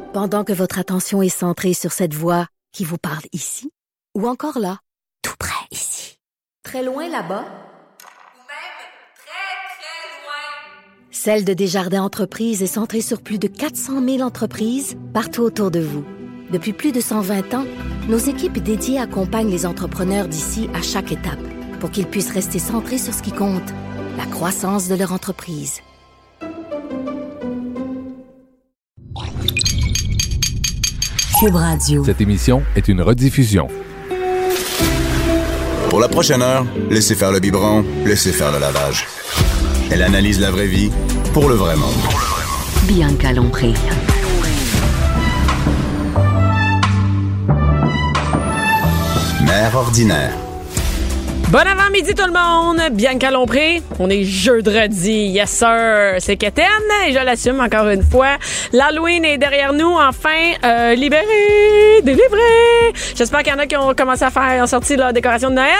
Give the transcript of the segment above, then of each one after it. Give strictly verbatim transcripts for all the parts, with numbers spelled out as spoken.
Pendant que votre attention est centrée sur cette voix qui vous parle ici, ou encore là, tout près ici, très loin là-bas, ou même très, très loin, Celle de Desjardins Entreprises est centrée sur plus de quatre cent mille entreprises partout autour de vous. Depuis plus de cent vingt ans, nos équipes dédiées accompagnent les entrepreneurs d'ici à chaque étape pour qu'ils puissent rester centrés sur ce qui compte, la croissance de leur entreprise. Cube Radio. Cette émission est une rediffusion. Pour la prochaine heure, laissez faire le biberon, laissez faire le lavage. Elle analyse la vraie vie pour le vrai monde. Bianca Lompré. Mère ordinaire. Bon avant-midi tout le monde, Bianca Lompré. On est jeudi, yes sir, c'est Kéten et je l'assume encore une fois. L'Halloween est derrière nous, enfin, euh, libéré, délivré. J'espère qu'il y en a qui ont commencé à faire, ont sorti leur décoration de Noël.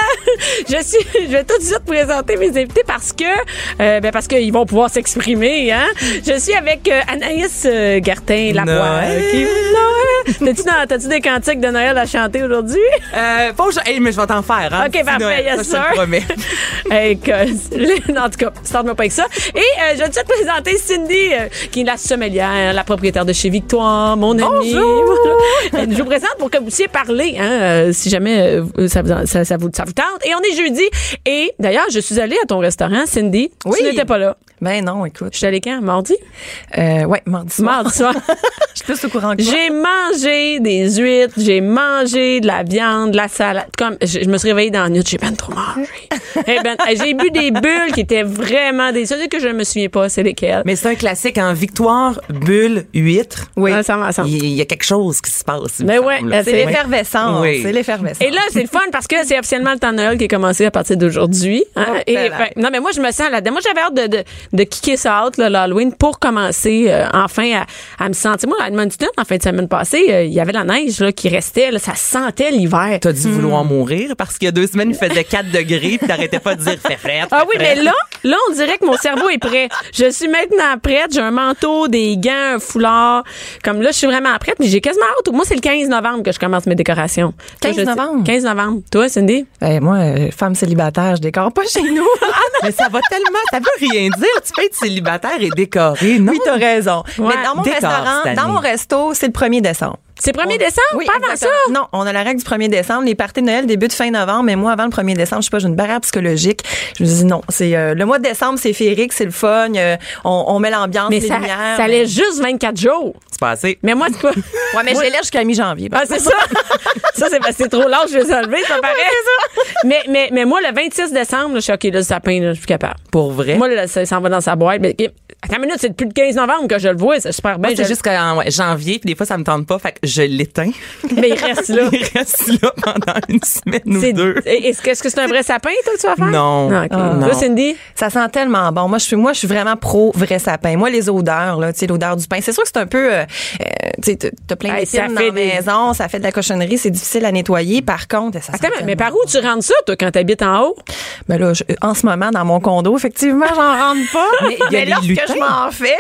Je suis, je vais tout de suite présenter mes invités parce que, euh, ben parce qu'ils vont pouvoir s'exprimer, hein. Je suis avec euh, Anaïs euh, Gertin-Labois. Qui, Noël. T'as-tu, dans, t'as-tu des cantiques de Noël à chanter aujourd'hui? Euh, pas aujourd'hui. Hey, mais je vais t'en faire, hein. OK, parfait. Noël, Yes, ça, sir. je te le promets. Hey, que, en tout cas, starte-moi pas avec ça. Et euh, je vais te présenter Cindy, euh, qui est la sommelière, la propriétaire de chez Victoire, mon amie. Bonjour! Voilà. Je vous présente pour que vous puissiez parler, hein, euh, si jamais euh, ça, vous, ça, ça, vous, ça vous tente. Et on est jeudi. Et d'ailleurs, je suis allée à ton restaurant, Cindy. Oui. Tu n'étais pas là. Ben non, écoute. Je suis allée quand? Mardi? Euh, ouais, mardi soir. Mardi soir. Je suis plus au courant que toi. J'ai mangé des huîtres, j'ai mangé de la viande, de la salade. Comme, je, je me suis réveillée dans la nuit, j'ai ben trop mangé. hey ben, j'ai bu des bulles qui étaient vraiment des... Ça, c'est que je ne me souviens pas, c'est lesquelles. Mais c'est un classique en victoire, bulle, huître. Oui. Ah, ça va, ça va. Il y a quelque chose qui se passe. Mais ouais, semble. c'est l'effervescence. Oui. C'est l'effervescence. Et là, c'est le fun parce que c'est officiellement le temps de Noël qui est commencé à partir d'aujourd'hui. Hein? Oh, Et, ben, non, mais moi, je me sens là-dedans. Moi, j'avais hâte de, de, de kicker ça out, là, l'Halloween, pour commencer euh, enfin à, à me sentir. Moi, à Edmonton, en fin de semaine passée, euh, il y avait la neige là, qui restait. Là, ça sentait l'hiver. T'as dû vouloir mourir parce qu'il y a deux semaines, il faisait quatre degrés puis t'arrêtais pas de dire fait frette. Ah oui, mais là, là, on dirait que mon cerveau est prêt. Je suis maintenant prête. J'ai un manteau, des gants, un foulard. Comme là, je suis vraiment prête, mais j'ai quasiment hâte. Moi, c'est le quinze novembre que je commence mes décorations. quinze novembre? quinze novembre. Toi, Cindy? Ben, moi, euh, femme célibataire, je décore pas chez nous. Mais ça va tellement, ça veut rien dire. Tu peux être célibataire et décorer. Non. Oui, t'as raison. Ouais. Mais dans mon Décore, restaurant, dans mon resto, c'est le premier décembre. C'est le premier On... décembre? Oui, pas avant exactement. ça? Non, on a la règle du premier décembre. Les parties de Noël débutent fin novembre, mais moi, avant le premier décembre, je sais pas, j'ai une barrière psychologique. Je me dis non, c'est euh, le mois de décembre, c'est féerique, c'est le fun, euh, on, on met l'ambiance, mais les ça, lumières. ça laisse juste vingt-quatre jours. C'est pas assez. Mais moi, c'est quoi? Ouais, mais je les laisse jusqu'à mi-janvier. Ah, c'est ça. Ça, c'est parce que c'est trop large, je vais enlever, ça paraît. mais, mais, mais moi, le vingt-six décembre, là, je suis OK, là, le sapin, là, je suis plus capable. Pour vrai? Moi, là, ça s'en va dans sa boîte. Mais, attends une minute, c'est depuis le quinze novembre que je le vois, c'est super bien. Moi, c'est je... jusqu'en ouais, janvier, puis des fois, ça me tente pas, fait que je l'éteins. Mais il reste là. Il reste là pendant une semaine c'est, ou deux. Est-ce que, est-ce que c'est un vrai sapin, toi, que tu vas faire? Non. Non, okay. Ah, non. Toi, Cindy? Ça sent tellement bon. Moi, je suis, moi, je suis vraiment pro vrai sapin. Moi, les odeurs, là, tu sais, l'odeur du pain. C'est sûr que c'est un peu, euh, tu sais, t'as plein hey, d'épines dans des... la maison, ça fait de la cochonnerie, c'est difficile à nettoyer. Par contre, ça sent Attends, mais par où tu rentres ça, toi, quand t'habites en haut? Ben là, je, en ce moment, dans mon condo, effectivement, j'en rentre pas. Mais il y a mais les lutins. Que je m'en fais.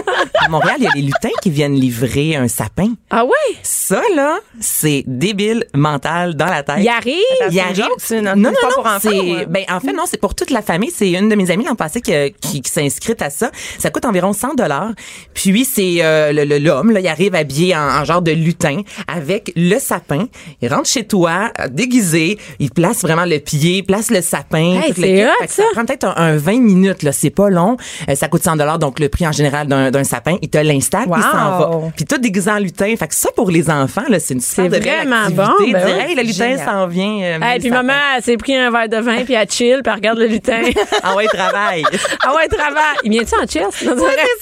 À Montréal, il y a les lutins qui viennent livrer un sapin. Ah ouais? Ça, là, c'est débile mental dans la tête. Il arrive? Il arrive. C'est une, non, non, pas non, pour enfants, c'est, ouais. ben, en fait, non, c'est pour toute la famille. C'est une de mes amies l'an passé qui, qui, qui s'est inscrite à ça. Ça coûte environ cent dollars. Puis, c'est, euh, le, le, l'homme, là, il arrive habillé en, en genre de lutin avec le sapin. Il rentre chez toi, déguisé. Il place vraiment le pied, place le sapin. Hey, tout c'est le hot, ça. ça. Ça prend peut-être un, un vingt minutes, là. C'est pas long. Euh, ça coûte cent dollars. Donc, le prix en général d'un, d'un sapin, il te l'installe, Wow. puis il s'en va. Puis, tout déguisé en lutin. Fait que ça, pour les enfants, là, c'est une super C'est de belle vraiment activité. bon, ben Dire, oui. hey, le lutin Génial. s'en vient. Euh, Hey, puis maman, elle s'est pris un verre de vin, puis elle chill, puis elle regarde le lutin. Ah ouais, travail. Ah ouais, travail. Il vient-tu en chest? Ouais, c'est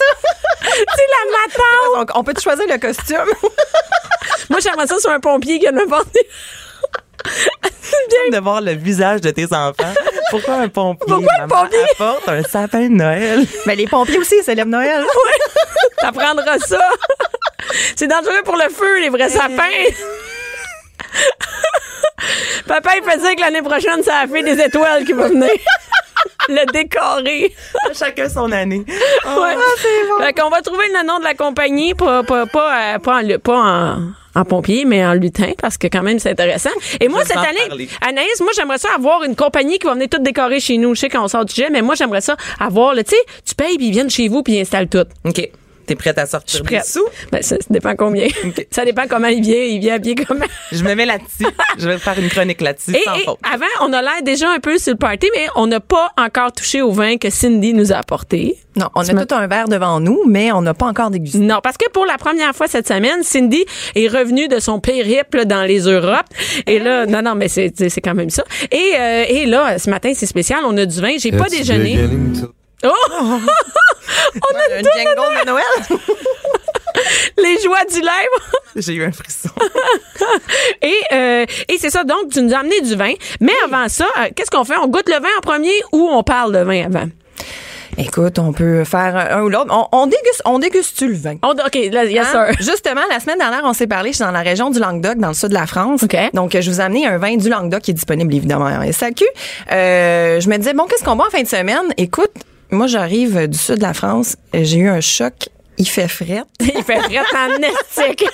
ça. C'est la matante. Donc, on peut choisir le costume. Moi, j'aimerais ça sur un pompier qui a me porter. Bien de voir le visage de tes enfants. Pourquoi un pompier? Pourquoi un Maman pompier? apporte un sapin de Noël. Mais les pompiers aussi, ils célèbrent Noël. Oui, t'apprendras ça. C'est dangereux pour le feu, les vrais sapins. Papa, il fait dire que l'année prochaine, c'est la fée des étoiles qui va venir. le décorer. Chacun son année. Oh, ouais. C'est bon. Fait qu'on va trouver le nom de la compagnie, pas, pas, pas, pas, en, pas en, en pompier, mais en lutin, parce que quand même, c'est intéressant. Et moi, cette année, parler. Anaïs, moi, j'aimerais ça avoir une compagnie qui va venir tout décorer chez nous. Je sais qu'on sort du jet, mais moi, j'aimerais ça avoir, tu sais, tu payes, puis ils viennent chez vous, puis ils installent tout. OK. T'es prête à sortir des sous? Ben, ça, ça dépend combien. Okay. Ça dépend comment il vient. Il vient habillé comment. Je me mets là-dessus. Je vais faire une chronique là-dessus, et, sans et faute. Avant, on a l'air déjà un peu sur le party, mais on n'a pas encore touché au vin que Cindy nous a apporté. Non, on a tout un verre devant nous, mais on n'a pas encore dégusté. Non, parce que pour la première fois cette semaine, Cindy est revenue de son périple dans les Europes. Et là, non, non, mais c'est, c'est quand même ça. Et, euh, et là, ce matin, c'est spécial. On a du vin. J'ai pas déjeuné. Oh! On a un jingle de Noël. Les joies du lèvre. J'ai eu un frisson. et euh, et c'est ça. Donc, tu nous as amené du vin. Mais avant ça, euh, qu'est-ce qu'on fait? On goûte le vin en premier ou on parle de vin avant? Écoute, on peut faire un ou l'autre. On, on déguste, on déguste-tu le vin? On, OK, là, yes, hein? sir. Justement, la semaine dernière, on s'est parlé, je suis dans la région du Languedoc, dans le sud de la France. Okay. Donc, je vous ai amené un vin du Languedoc qui est disponible, évidemment, en S A Q. Euh, je me disais, bon, qu'est-ce qu'on boit en fin de semaine? Écoute, moi, j'arrive du sud de la France. J'ai eu un choc. Il fait fret. Il fait fret en estique.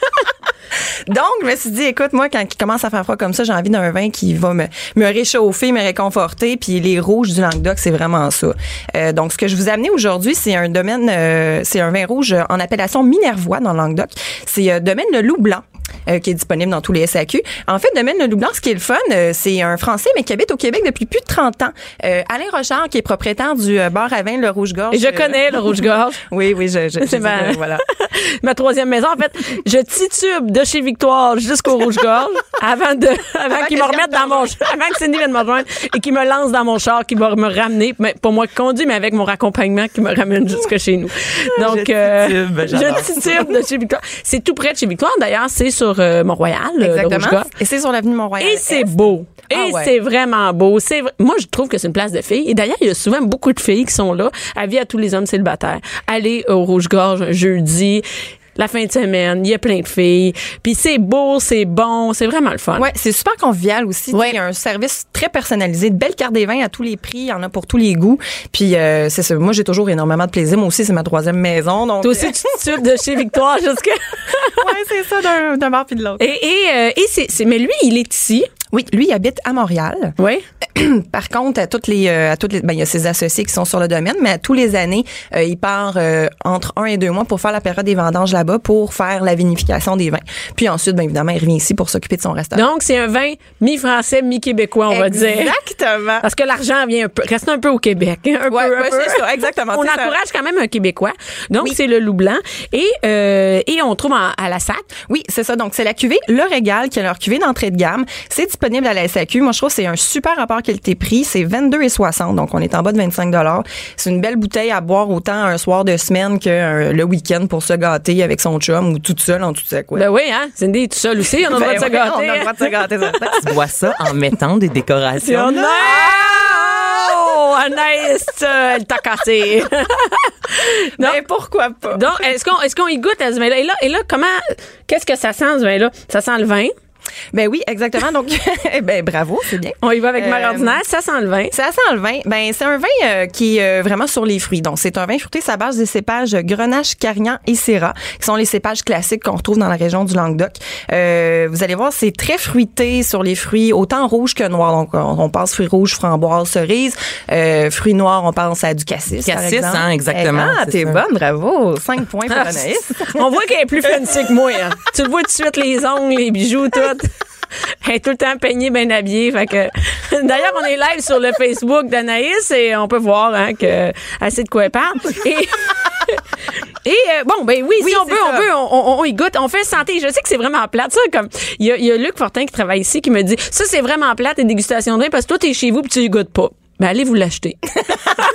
Donc, je me suis dit, écoute, moi, quand il commence à faire froid comme ça, j'ai envie d'un vin qui va me, me réchauffer, me réconforter. Puis les rouges du Languedoc, c'est vraiment ça. Euh, donc, ce que je vous ai amené aujourd'hui, c'est un domaine, euh, c'est un vin rouge en appellation Minervois dans le Languedoc. C'est euh, domaine le Loup Blanc. Euh, qui est disponible dans tous les S A Q. En fait, Domaine Le Loup Blanc, ce qui est le fun, euh, c'est un Français, mais qui habite au Québec depuis plus de trente ans. Euh, Alain Rochard, qui est propriétaire du euh, bar à vin Le Rouge-Gorge. Et je connais Le Rouge-Gorge. oui, oui, je, je, c'est je ma, sais, voilà. ma troisième maison. En fait, je titube de chez Victoire jusqu'au Rouge-Gorge avant de, avant, avant qu'il me remette dans mon, avant que Cindy vienne me rejoindre et qu'il me lance dans mon char, qui va me ramener, mais pas moi qui conduis, mais avec mon raccompagnement qui me ramène jusque chez nous. Donc, je euh, titube, je titube de chez Victoire. C'est tout près de chez Victoire. D'ailleurs, c'est sur euh, Mont-Royal. Exactement. Et c'est sur l'avenue Mont-Royal. Et c'est beau. Et ah ouais. c'est vraiment beau. C'est moi, je trouve que c'est une place de filles. Et d'ailleurs, il y a souvent beaucoup de filles qui sont là. Avis à tous les hommes célibataires. Allez au Rouge-Gorge un jeudi. La fin de semaine, il y a plein de filles. Puis c'est beau, c'est bon, c'est vraiment le fun. Ouais, c'est super convivial aussi. Ouais. Il y a un service très personnalisé, de belles cartes des vins à tous les prix, il y en a pour tous les goûts. Puis euh, c'est ça. Moi, j'ai toujours énormément de plaisir. Moi aussi, c'est ma troisième maison. Donc toi aussi, tu te tubes de chez Victoire jusqu'à. Ouais, c'est ça, d'un, d'un bar puis de l'autre. Et et, euh, et c'est, c'est mais lui, il est ici. Oui, lui, il habite à Montréal. Oui. Par contre, à toutes les, euh, à toutes les, ben, il y a ses associés qui sont sur le domaine, mais à tous les années, euh, il part euh, entre un et deux mois pour faire la période des vendanges là-bas, pour faire la vinification des vins. Puis ensuite, ben évidemment, il revient ici pour s'occuper de son restaurant. Donc, c'est un vin mi-français, mi-québécois, on exactement. va dire. Exactement. Parce que l'argent vient un peu, reste un peu au Québec. Un ouais, peu, ouais, un peu. c'est ça, exactement. On c'est encourage ça. quand même un Québécois. Donc, oui. c'est le Loup Blanc. Et, euh, et on trouve en, à la S A C. Oui, c'est ça. Donc, c'est la cuvée Le Régal, qui est leur cuvée d'entrée de gamme. C'est disponible à la S A Q. Moi, je trouve que c'est un super rapport qualité-prix. C'est vingt-deux et soixante, donc on est en bas de vingt-cinq dollars. C'est une belle bouteille à boire autant un soir de semaine que un, le week-end pour se gâter avec son chum ou toute seule en tout sec. Ouais. Ben oui, hein? Cindy est toute seule aussi. On a le droit ben de se ouais, gâter. On a le droit de se gâter. Tu bois ça en mettant des décorations. Non! Oh, Anaïs, elle t'a cassé. Non, mais pourquoi pas? Donc, est-ce qu'on, est-ce qu'on y goûte à ce vin-là? Et là, et là, comment, qu'est-ce que ça sent, ce vin-là? Ça sent le vin. Ben oui, exactement. Donc, ben bravo, c'est bien. On y va avec euh, Mère Ordinaire. Ça sent le vin. Ça sent le vin. Ben c'est un vin euh, qui est euh, vraiment sur les fruits. Donc, c'est un vin fruité à base des cépages Grenache, Carignan et Syrah, qui sont les cépages classiques qu'on retrouve dans la région du Languedoc. Euh, vous allez voir, c'est très fruité sur les fruits, autant rouge que noir. Donc, on, on passe fruits rouges, framboises, cerises. Euh, fruits noirs, on pense à du cassis, Cassis, par exemple. hein, exactement. Ah, t'es ça. bonne, bravo. Cinq points pour Anaïs. On voit qu'elle est plus fancy que moi. Hein. Tu le vois tout de suite, les ongles, les bijoux, tout. Elle est tout le temps peignée, bien habillée. Fait que, d'ailleurs, on est live sur le Facebook d'Anaïs et on peut voir hein, que elle sait de quoi elle parle. Et, et euh, bon, ben oui, oui si on veut, ça. on veut, on, on, on y goûte. On fait santé. Je sais que c'est vraiment plate. Ça, comme il y a, y a Luc Fortin qui travaille ici qui me dit ça, c'est vraiment plate les dégustations de vin parce que toi, t'es chez vous puis tu y goûtes pas. Ben allez vous l'acheter.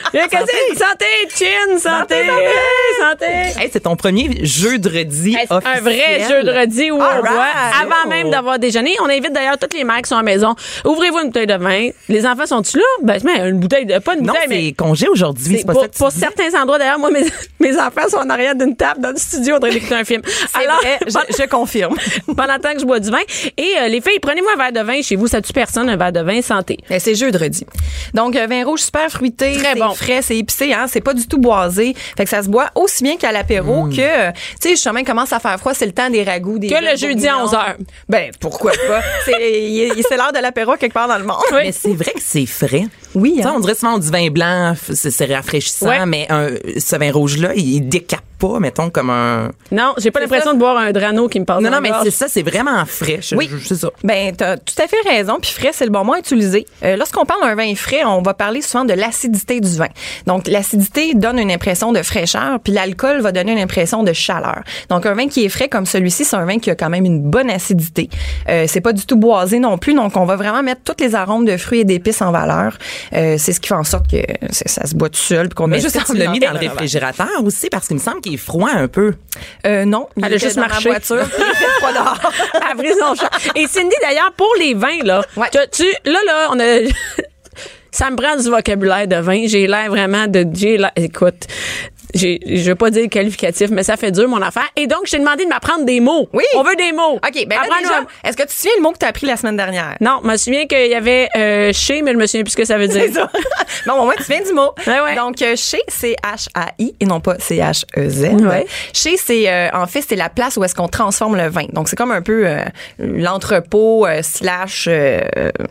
Qu'est-ce que c'est? Santé, chin, santé, santé. Hey, c'est ton premier jeudi Hey, c'est officiel. un vrai jeudi où on All boit right. avant Oh. même d'avoir déjeuné. On invite d'ailleurs toutes les mères qui sont à la maison. Ouvrez-vous une bouteille de vin. Les enfants sont-tu là? Ben, mais une bouteille de, pas une Non, bouteille, c'est mais congé aujourd'hui, c'est c'est pas pour, ça que tu pour dis. certains endroits, d'ailleurs, moi, mes, mes enfants sont en arrière d'une table dans le studio en train d'écouter un film. C'est vrai, je, je confirme. pendant le temps que je bois du vin. Et euh, les filles, prenez-moi un verre de vin chez vous. Ça tue personne, un verre de vin santé. Mais c'est jeudi. Donc, euh, vin rouge super fruité, Très c'est bon. frais, c'est épicé, hein, c'est pas du tout boisé. Fait que ça se boit aussi bien qu'à l'apéro que, euh, tu sais, justement, il commence à faire froid, c'est le temps des ragoûts, des Que le jeudi à onze heures. Ben, pourquoi pas? c'est, il- il- c'est l'heure de l'apéro quelque part dans le monde. Mais c'est vrai que c'est frais. Oui, Tu sais, hein. on dirait souvent du vin blanc, f- c'est, c'est rafraîchissant, Ouais. mais un, ce vin rouge-là, il décape pas, mettons, comme un... Non, j'ai pas C'est l'impression ça. de boire un Drano qui me passe Non, dans non, la mais gorge. c'est ça, c'est vraiment frais. Je- Oui. je- c'est ça. Ben, t'as tout à fait raison. Puis frais, c'est le bon mot à utiliser. Euh, lorsqu'on parle d'un vin frais, on va parler souvent de l'acidité du vin. Donc, l'acidité donne une impression de fraîcheur, puis l'alcool va donner une impression de chaleur. Donc, un vin qui est frais comme celui-ci, c'est un vin qui a quand même une bonne acidité. Euh, c'est pas du tout boisé non plus. Donc, on va vraiment mettre tous les arômes de fruits et d'épices en valeur. Euh, c'est ce qui fait en sorte que c'est- ça se boit tout seul, puis qu'on Mais met juste juste tu l'as mis dans le réfrigérateur aussi, parce qu'il me semble qu'il est froid un peu. Euh, non, il Elle a était juste dans marché. ma voiture, puis il fait froid dehors. Elle a pris son chat. Et Cindy, d'ailleurs, pour les vins, là, Ouais. tu, tu- là, là, on a, ça me prend du vocabulaire de vin. J'ai l'air vraiment de, j'ai l'air, écoute, j'ai, je veux pas dire le qualificatif, mais ça fait dur, mon affaire. Et donc, je t'ai demandé de m'apprendre des mots. Oui. On veut des mots. OK, ben là, Apprends-nous déjà, un- est-ce que tu te souviens le mot que tu as appris la semaine dernière? Non, je me souviens qu'il y avait euh, chez, mais je me souviens plus ce que ça veut dire. C'est ça. Bon, au moins, tu viens du mot. Ouais, ouais. Donc, euh, chez, c'est H A I et non pas C H E Z. Ouais. Chez, c'est, euh, en fait, c'est la place où est-ce qu'on transforme le vin. Donc, c'est comme un peu euh, l'entrepôt euh, slash... euh,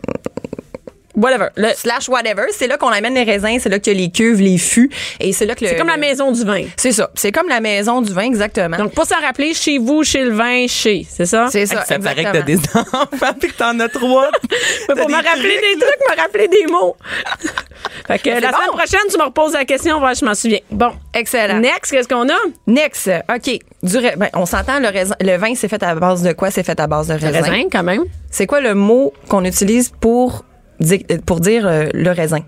Whatever. Le- slash whatever. C'est là qu'on amène les raisins, c'est là qu'il y a les cuves, les fûts. Et c'est là que le... c'est comme la maison du vin. C'est ça. C'est comme la maison du vin, exactement. Donc, pour s'en rappeler, chez vous, chez le vin, chez. C'est ça? c'est ça, Ça paraît que exactement. t'as des enfants puis que t'en as trois. Mais pour me rappeler des trucs, me rappeler des mots. Fait que la bon. semaine prochaine, tu me reposes la question, voir si je m'en souviens. Bon. Excellent. Next, qu'est-ce qu'on a? Next. OK. Du ra- ben, on s'entend, le, raisin, le vin, c'est fait à base de quoi? C'est fait à base de Le raisin. raisin, quand même. C'est quoi le mot qu'on utilise pour, di- pour dire euh, le raisin?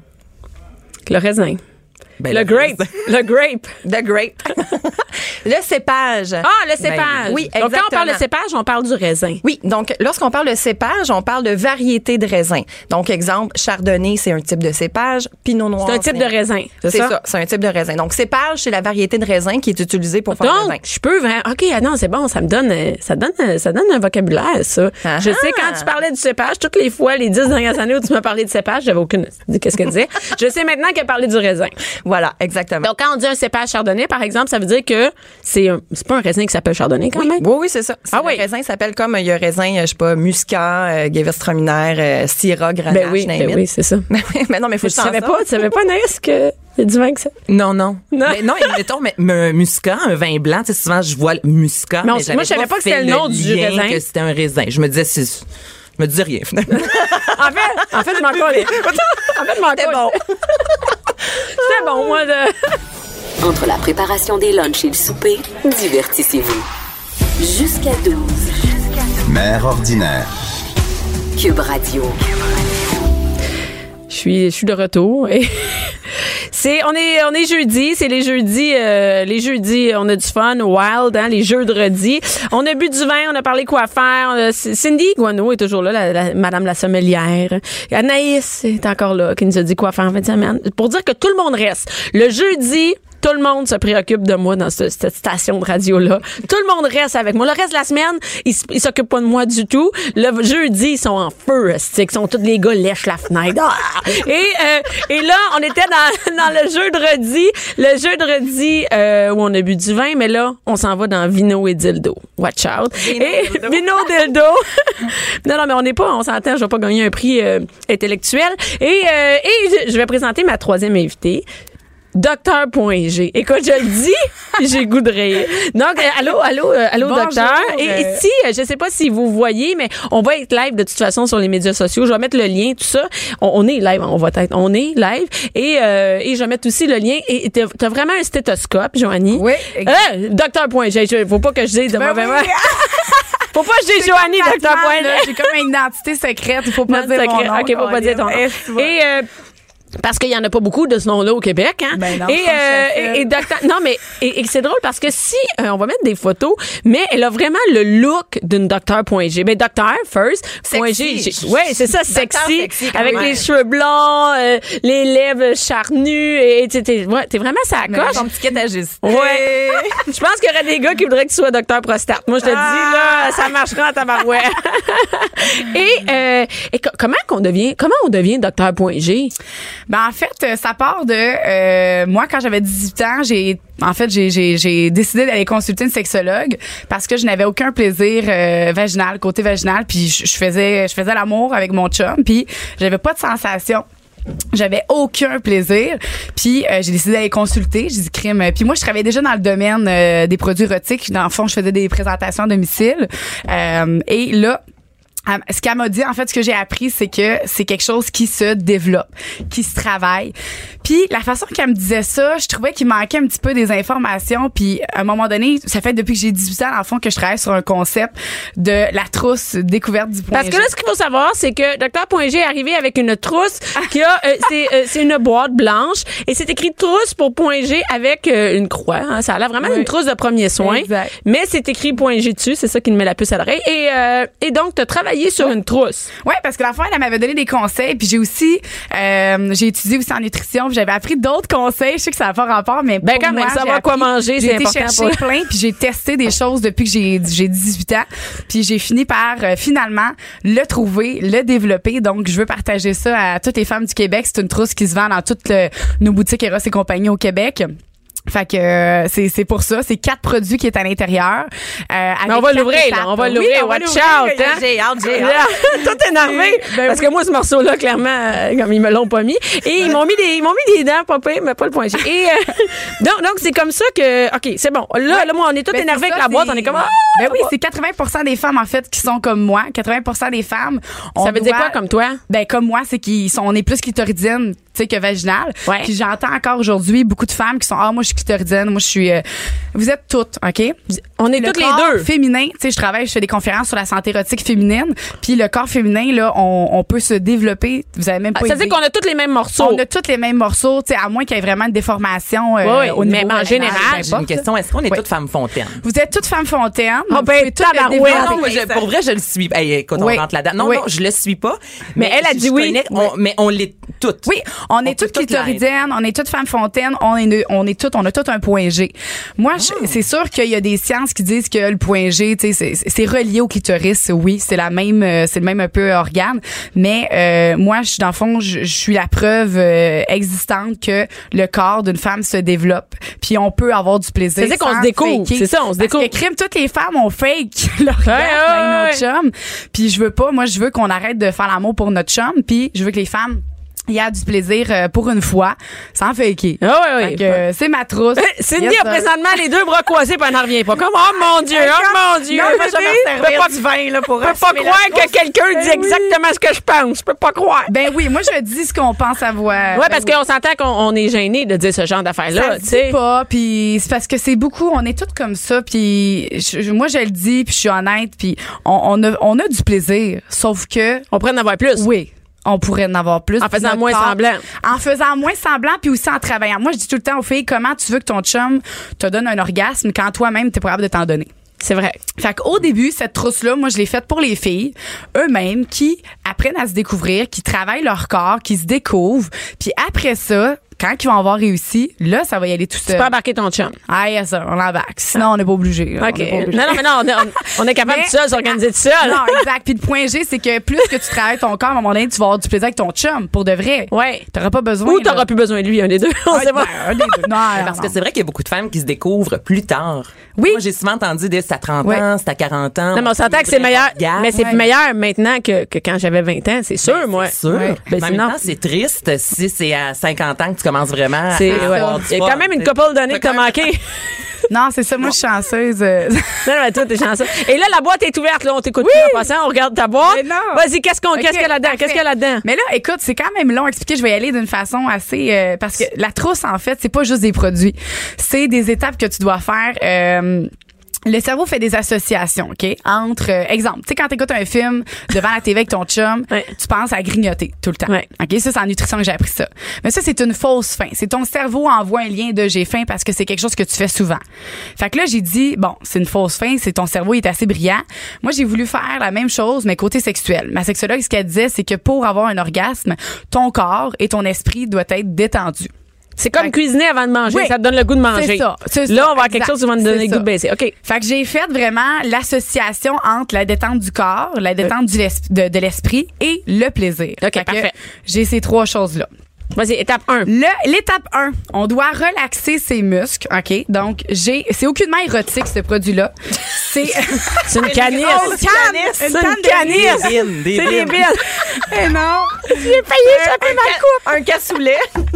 Le raisin. Ben, Le grape. Le grape. The grape. le cépage. Ah, le cépage. Ben, oui, Donc, quand on parle exactement. de cépage, on parle du raisin. Oui, donc lorsqu'on parle de cépage, on parle de variété de raisin. Donc, exemple, chardonnay, c'est un type de cépage. Pinot noir. C'est un type de raisin. C'est C'est ça? ça, c'est un type de raisin. Donc, cépage, c'est la variété de raisin qui est utilisée pour faire le vin. Donc, je peux vraiment. OK, ah non, c'est bon, ça me donne, euh, ça donne, euh, ça donne un vocabulaire, ça. Ah Je ah. sais, quand tu parlais du cépage, toutes les fois, les dix dernières années où tu m'as parlé de cépage, j'avais aucune idée qu'est-ce qu'elle disait. Je sais maintenant qu'elle parlait du raisin. Voilà, exactement. Donc, quand on dit un cépage chardonnay, par exemple, ça veut dire que c'est un- c'est pas un raisin qui s'appelle chardonnay, quand Oui, même. oui, oui, c'est ça. C'est Ah le oui. raisin s'appelle comme, il y a raisin, euh, je sais pas, muscat, euh, gewürztraminer, euh, syrah, grenache, Ben oui, name ben it. oui, c'est ça. Mais, oui, mais non, mais faut Tu que tu savais t'en pas, sortes. tu savais pas, Naïs, que c'est du vin que ça. Non, non. Non. Mais non, et mettons, mais, mais un muscat, un vin blanc, tu sais, souvent, je vois le muscat. Mais on- mais moi, je savais pas que c'était fait le nom du lien raisin. que c'était un raisin. Je me disais, c'est, je me disais rien, finalement. En fait, en fait, je m'en collais. En fait, je m'en C'était collais. bon. C'était bon, moi, de... Entre la préparation des lunchs et le souper, divertissez-vous. Jusqu'à douze. Mère ordinaire. Cube Radio. Je suis, je suis de retour. Et c'est, on est, on est jeudi. C'est les jeudis, euh, les jeudis, on a du fun, wild, hein, les jeux de redis. On a bu du vin, on a parlé quoi faire. On a- Cindy Guano est toujours là, la, la- Madame la sommelière. Anaïs est encore là, qui nous a dit quoi faire en fin de semaine. Pour dire que tout le monde reste. Le jeudi, tout le monde se préoccupe de moi dans ce- cette station de radio-là. Tout le monde reste avec moi. Le reste de la semaine, ils, s- ils s'occupent pas de moi du tout. Le jeudi, ils sont en feu. C'est que sont tous les gars lèchent la fenêtre. Ah! Et, euh, et là, on était dans, dans le jeu de redis. Le jeu de redis euh, où on a bu du vin, mais là, on s'en va dans Vino et Dildo. Watch out. Vino et Dildo. Vino Dildo. non, non, mais on n'est pas, on s'entend, je vais pas gagner un prix euh, intellectuel. Et, euh, et je- je vais présenter ma troisième invitée. Docteur.g. Écoute, je le dis, j'ai goût de rire. Donc, euh, allô, allô, euh, allô, Bonjour, docteur. Et euh, ici, euh, je sais pas si vous voyez, mais on va être live de toute façon sur les médias sociaux. Je vais mettre le lien, tout ça. On, on est live, on va être, on est live. Et, euh, et je vais mettre aussi le lien. Et t'as, t'as vraiment un stéthoscope, Joanie. Oui, Euh, Docteur.g. Je- Faut pas que je dise de Ben mauvais oui. mots. Faut pas que je dise Joanie, Complètement, Docteur.g. là, J'ai comme une identité secrète, il faut pas Non, dire mon secret. nom. OK, faut pas dire ton nom. Est-ce que tu vois? Et, euh, Parce qu'il y en a pas beaucoup de ce nom-là au Québec, hein. Ben non, et, euh, Chastel. et, et docteur, non mais et, et c'est drôle parce que si euh, on va mettre des photos, mais elle a vraiment le look d'une docteur point G. Mais docteur first point G. Sexy. Ouais, c'est ça, Docteur sexy, sexy, avec ouais. les cheveux blonds, euh, les lèvres charnues et tu t'es ouais, t'es vraiment sa Mais coche. ton petit kit ajuste. Ouais. Je pense qu'il y aurait des gars qui voudraient que tu sois docteur prostate. Moi, je te Ah. dis, là, ça marchera en tabarouette. et, euh, et co- comment qu'on devient, comment on devient docteur point G? Ben en fait, euh, ça part de euh, moi quand j'avais dix-huit ans, j'ai en fait j'ai j'ai j'ai décidé d'aller consulter une sexologue parce que je n'avais aucun plaisir euh, vaginal, côté vaginal, puis je, je faisais je faisais l'amour avec mon chum, puis j'avais pas de sensation. J'avais aucun plaisir, puis euh, j'ai décidé d'aller consulter. J'ai dit crime. Puis moi, je travaillais déjà dans le domaine euh, des produits érotiques. Dans le fond, je faisais des présentations à domicile. Euh, et là, elle- ce qu'elle m'a dit, en fait, ce que j'ai appris, c'est que c'est quelque chose qui se développe, qui se travaille. Puis la façon qu'elle me disait ça, je trouvais qu'il manquait un petit peu des informations. Puis à un moment donné, ça fait depuis que j'ai dix-huit ans, dans le fond, que je travaille sur un concept de la trousse découverte du point Parce que G. là, ce qu'il faut savoir, c'est que docteur point G est arrivé avec une trousse qui a, euh, c'est, euh, c'est une boîte blanche et c'est écrit trousse pour point G avec euh, une croix. Hein. Ça a l'air vraiment Oui. d'une trousse de premier soin. Exact. Mais c'est écrit point G dessus, c'est ça qui me met la puce à l'oreille. Et, euh, et donc, tu as travaillé sur une trousse. Ouais, parce que la fois, elle m'avait donné des conseils, puis j'ai aussi, euh, j'ai étudié aussi en nutrition, puis j'avais appris d'autres conseils. Je sais que ça n'a pas rapport, mais Ben, pour quand même, moi, savoir j'ai quoi appris- manger, j'ai c'est été important chercher pour- plein, puis j'ai testé des choses depuis que j'ai j'ai dix-huit ans, puis j'ai fini par euh, finalement le trouver, le développer. Donc, je veux partager ça à toutes les femmes du Québec. C'est une trousse qui se vend dans toutes le- nos boutiques Eros et compagnie au Québec. Fait que euh, c'est c'est pour ça, c'est quatre produits qui est à l'intérieur. Euh, Mais on va l'ouvrir, là. On va l'ouvrir. Watch out, hein? J'ai hâte, j'ai hâte. Tout énervé. Ben parce oui. que moi, ce morceau-là, clairement, euh, comme ils me l'ont pas mis. Et ils m'ont mis des, ils m'ont mis des dents, pas pire, mais pas le point G. Et, euh, donc, donc, c'est comme ça que, OK, c'est bon. Là, là, moi, on est tous Ben, énervés c'est avec ça, la boîte. c'est- On est comme, ah! Ben oui, c'est quatre-vingts pour cent des femmes, en fait, qui sont comme moi. quatre-vingts pour cent des femmes. on Ça veut dire doit- quoi, comme toi? Ben, comme moi, c'est qu'ils sont, on est plus clitoridienne, tu sais, que vaginale. Ouais. Puis j'entends encore aujourd'hui beaucoup de femmes qui sont, ah, moi, je suis clitoridienne, moi, je suis, euh, vous êtes toutes, OK? On est Le toutes les corps deux. féminin, tu sais, je travaille, je fais des conférences sur la santé érotique féminine. Puis le corps féminin, là, on, on peut se développer. Vous avez même pas Ah, ça veut idée. dire qu'on a tous les mêmes morceaux. On a tous les mêmes morceaux, tu sais, à moins qu'il y ait vraiment une déformation euh, Oui, au niveau mais en vaginal, général, peu J'ai une importe. question. Est-ce qu'on est Oui. toutes femmes fontaines? Vous êtes toutes femmes fontaines. Ah, Vous ben, pouvez toutes le tabarouette. développer. Non, non, moi, je- pour vrai, je le suis. Hey, écoute, Oui. on rentre là-dedans. Non, Oui. non, je le suis pas. Mais elle a je- dit je oui. connais- on- mais on l'est toutes. Oui, on est On peut toutes toutes clitoridiennes, on est toutes femmes fontaines, on est, on est toutes, on a toutes un point G. Moi, je- Ah. c'est sûr qu'il y a des sciences qui disent que le point G, tu sais, c'est, c'est relié au clitoris. Oui, c'est la même, euh, c'est le même un peu organe. Mais euh, moi, je, dans le fond, je, je suis la preuve euh, existante que le corps d'une femme se développe. Puis on peut avoir du plaisir. C'est-à-dire qu'on sans se découvre. faker. C'est ça, on se Parce découvre. que crime, toutes les femmes ont fake l'orgasme Ouais, ouais, avec notre chum. Puis je veux pas, moi, je veux qu'on arrête de faire l'amour pour notre chum. Puis je veux que les femmes il y a du plaisir euh, pour une fois, sans faker. Ah ouais, ouais. Fait que, euh, c'est ma trousse. Cindy Yes, a sir. présentement les deux bras croisés puis elle n'en revient pas. Comme, oh mon Dieu, oh mon Dieu. Non, Je moi, je vais me peux servir pas, du vin, là, pour je peux pas assumer la croire que trousse. quelqu'un dit Ben oui. exactement ce que je pense. Je peux pas croire. Ben oui, moi je dis ce qu'on pense à voix. Ouais, Ben parce oui. qu'on s'entend qu'on on est gêné de dire ce genre d'affaires-là, Ça tu se sais. dit pas, puis c'est parce que c'est beaucoup, on est toutes comme ça, puis je- je- moi je le dis, puis je suis honnête, puis on, on, a, on a du plaisir, sauf que, On pourrait en avoir plus. oui, on pourrait en avoir plus. En faisant Notre moins corps- semblant. En faisant moins semblant, puis aussi en travaillant. Moi, je dis tout le temps aux filles, comment tu veux que ton chum te donne un orgasme quand toi-même, t'es pas capable de t'en donner? C'est vrai. Fait qu'au début, cette trousse-là, moi, je l'ai faite pour les filles, eux-mêmes, qui apprennent à se découvrir, qui travaillent leur corps, qui se découvrent. Puis après ça, quand ils vont avoir réussi, là, ça va y aller tout Tu seul. peux embarquer ton chum. Ah, yes, sir, on l'embarque. Sinon, on n'est pas obligé. là. OK. On est pas obligé. Non, non, mais non, on est, on, on est capable Mais- tout seul, s'organiser tout seul. Non, exact. Puis le point G, c'est que plus que tu travailles ton corps, à un moment donné, tu vas avoir du plaisir avec ton chum, pour de vrai. Ouais. T'auras pas besoin. Ou là. t'auras plus besoin de lui, un des deux. On Ah, sait pas. ben, un des deux. Non, Parce non, que non. c'est vrai qu'il y a beaucoup de femmes qui se découvrent plus tard. Oui. Moi, j'ai souvent entendu dire c'est à trente Ouais. ans, c'est à quarante ans. Non, mais on s'entend que c'est meilleur. Mais c'est Ouais. meilleur maintenant que, que quand j'avais vingt ans, c'est sûr, moi. C'est sûr. Ouais. Mais Ben, en sinon- même temps, c'est triste si c'est à cinquante ans que tu commences vraiment C'est, à ouais. avoir du Il y a fun, quand même une tu sais. couple d'années que t'as manqué. Non, c'est ça. Moi, je suis chanceuse. euh. Non, mais toi, t'es chanceux. Et là, la boîte est ouverte, là. On t'écoute plus en passant. On regarde ta boîte. Mais non. Vas-y, qu'est-ce qu'on, Ok, qu'est-ce qu'il y a là-dedans? parfait. Qu'est-ce qu'il y a là-dedans? Mais là, écoute, c'est quand même long à expliquer. Je vais y aller d'une façon assez... euh, parce que la trousse, en fait, c'est pas juste des produits. C'est des étapes que tu dois faire... euh, le cerveau fait des associations, OK? Entre, euh, exemple, tu sais, quand t'écoutes un film devant la T V avec ton chum, ouais. tu penses à grignoter tout le temps. Ouais. OK? Ça, c'est en nutrition que j'ai appris ça. Mais ça, c'est une fausse faim. C'est ton cerveau envoie un lien de j'ai faim parce que c'est quelque chose que tu fais souvent. Fait que là, j'ai dit, bon, c'est une fausse faim, c'est ton cerveau, il est assez brillant. Moi, j'ai voulu faire la même chose, mais côté sexuel. Ma sexologue, ce qu'elle disait, c'est que pour avoir un orgasme, ton corps et ton esprit doivent être détendus. C'est comme fait cuisiner avant de manger. Oui, ça te donne le goût de manger. C'est ça. C'est là, ça, on va avoir exact, quelque chose qui va nous donner le goût de baisser. OK. Fait que j'ai fait vraiment l'association entre la détente du corps, la détente du l'es- de, de l'esprit et le plaisir. OK, Fait que parfait. J'ai ces trois choses-là. Vas-y, étape un. Le, l'étape un, on doit relaxer ses muscles, OK? Donc, j'ai, c'est aucunement érotique, ce produit-là. C'est, C'est une canisse. Une canisse. C'est Une une canne de canisse. riz. Des billes, C'est des des billes. billes. Eh non! J'ai failli échapper ma coupe. Un cassoulet.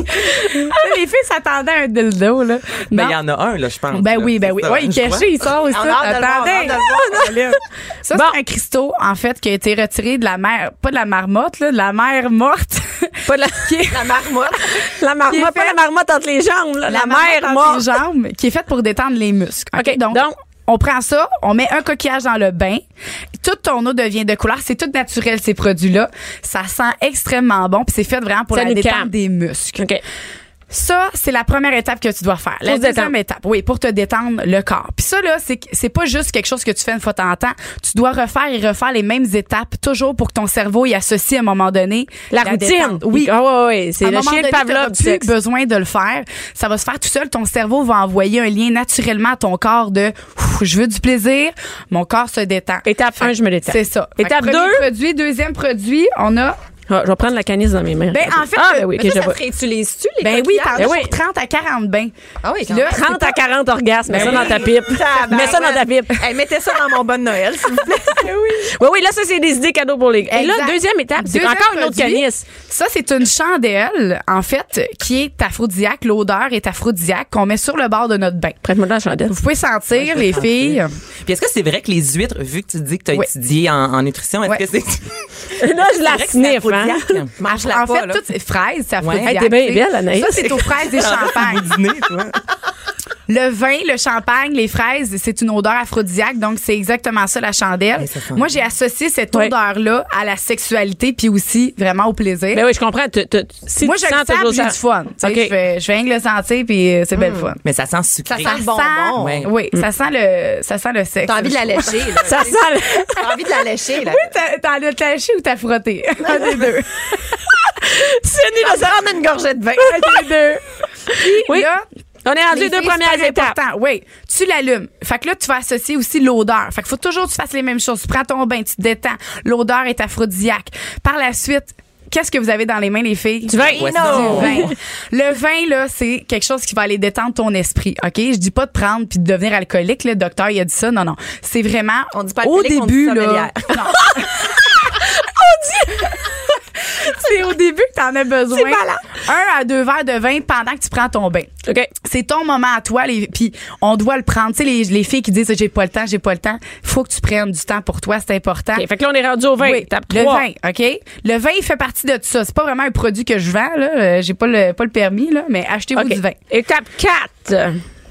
Les filles s'attendaient à un dildo, là. Ben, Non. il y en a un, là, je pense. Ben là. oui, ben C'est oui. ça, Ouais, il je est crois. caché, il sort aussi. On a hâte de le voir, on a hâte de le voir. Ça, Bon. c'est un cristaux, en fait, qui a été retiré de la mer, pas de la marmotte, là, de la mer morte. Pas de la, La marmotte. la Qui est marmotte, pas fait- la marmotte entre les jambes. Là. La, marmotte mère entre morte. les jambes, qui est faite pour détendre les muscles. OK? OK, Donc, donc- on prend ça, on met un coquillage dans le bain. Toute ton eau devient de couleur. C'est tout naturel, ces produits-là. Ça sent extrêmement bon. Puis c'est fait vraiment pour Ça la nous détente calme. des muscles. OK. Ça, c'est la première étape que tu dois faire. La Pour se deuxième détendre. étape, oui, pour te détendre le corps. Puis ça, là, c'est, c'est pas juste quelque chose que tu fais une fois de temps en temps. Tu dois refaire et refaire les mêmes étapes, toujours pour que ton cerveau y associe à un moment donné La, routine. détente. Oui. Ah ouais, ouais. C'est À un le moment chien de donné, t'auras Pavlov du plus sexe. besoin de le faire. Ça va se faire tout seul. Ton cerveau va envoyer un lien naturellement à ton corps de Ouf, je veux du plaisir, mon corps se détend. Étape un, je me détends. C'est ça. Fait que Étape premier deux. produit, deuxième produit, on a Ah, je vais prendre la canisse dans mes mains. Ben, en fait, ah, le- ben oui, Mais ok, ça, je ça vois. te réutilise-tu, les ben oui, coquillages? t'en as Ben oui. pour trente à quarante bains. Ah oui, Puis là, c'est trente à pas- quarante orgasmes. Mets Ben ça oui. dans ta pipe. Mets ça dans ta pipe. Hey, mettez ça dans mon bon de Noël, s'il vous plaît. Oui, oui, là, ça, c'est des idées cadeaux pour les gars. Et là, Exact. deuxième étape, c'est Deuxième encore une autre produit, canisse. Ça, c'est une chandelle, en fait, qui est aphrodisiaque. L'odeur est aphrodisiaque qu'on met sur le bord de notre bain. Prête-moi la chandelle. Vous pouvez sentir, les filles. Puis est-ce que c'est vrai que les huîtres, vu que tu dis que tu as Oui. étudié en, en nutrition, est-ce Ouais. que c'est. Là, je la sniff, hein. Mange-la En pas, fait, là. toutes ces fraises, c'est aphrodisiaque. Hey, t'es bien tu sais. belle, Anaïs. Ça, c'est aux fraises et champagne. dîner, toi. Le vin, le champagne, les fraises, c'est une odeur aphrodisiaque, donc c'est exactement ça la chandelle. Hey, ça sent Moi, j'ai associé cette Ouais. odeur-là à la sexualité puis aussi vraiment au plaisir. Ben oui, je comprends. Tu- tu- Si Moi, tu je le sens sens, toujours puis j'ai ça. du fun. Tu sais, OK. Je vais, je vais rien que le sentir puis euh, c'est belle fun. Mais ça sent sucré. Ça sent le bonbon. Ouais. Oui, ça sent le, ça sent le sexe. T'as envie de la lécher, là. Ça sent le- T'as envie de la lécher, là. T'as- T'en as lâché ou t'as frotté? Un des deux. Cindy, là, ça Prendre une gorgée de vin. Un des deux. Puis Oui. là, On est rendu les deux filles, premières super étapes. important. Oui, tu l'allumes. Fait que là, tu vas associer aussi l'odeur. Fait qu'il faut toujours que tu fasses les mêmes choses. Tu prends ton bain, tu te détends. L'odeur est aphrodisiaque. Par la suite, qu'est-ce que vous avez dans les mains, les filles? Du vin. Du vin. Le vin, là, c'est quelque chose qui va aller détendre ton esprit. OK? Je dis pas de prendre puis de devenir alcoolique. Le docteur, il a dit ça. Non, non. C'est vraiment. On dit pas au alcoolique, on début, dit là. sommelière. Non. C'est au début que t'en as besoin. Un à deux verres de vin pendant que tu prends ton bain. OK. C'est ton moment à toi, les, puis on doit le prendre. Tu sais, les, les filles qui disent j'ai pas le temps, j'ai pas le temps, faut que tu prennes du temps pour toi, c'est important. OK. Fait que là, on est rendu au vin. Oui, Étape le trois. vin, OK? Le vin, il fait partie de tout ça. C'est pas vraiment un produit que je vends, là. Euh, J'ai pas le, pas le permis, là, mais achetez-vous OK. du vin. Étape quatre.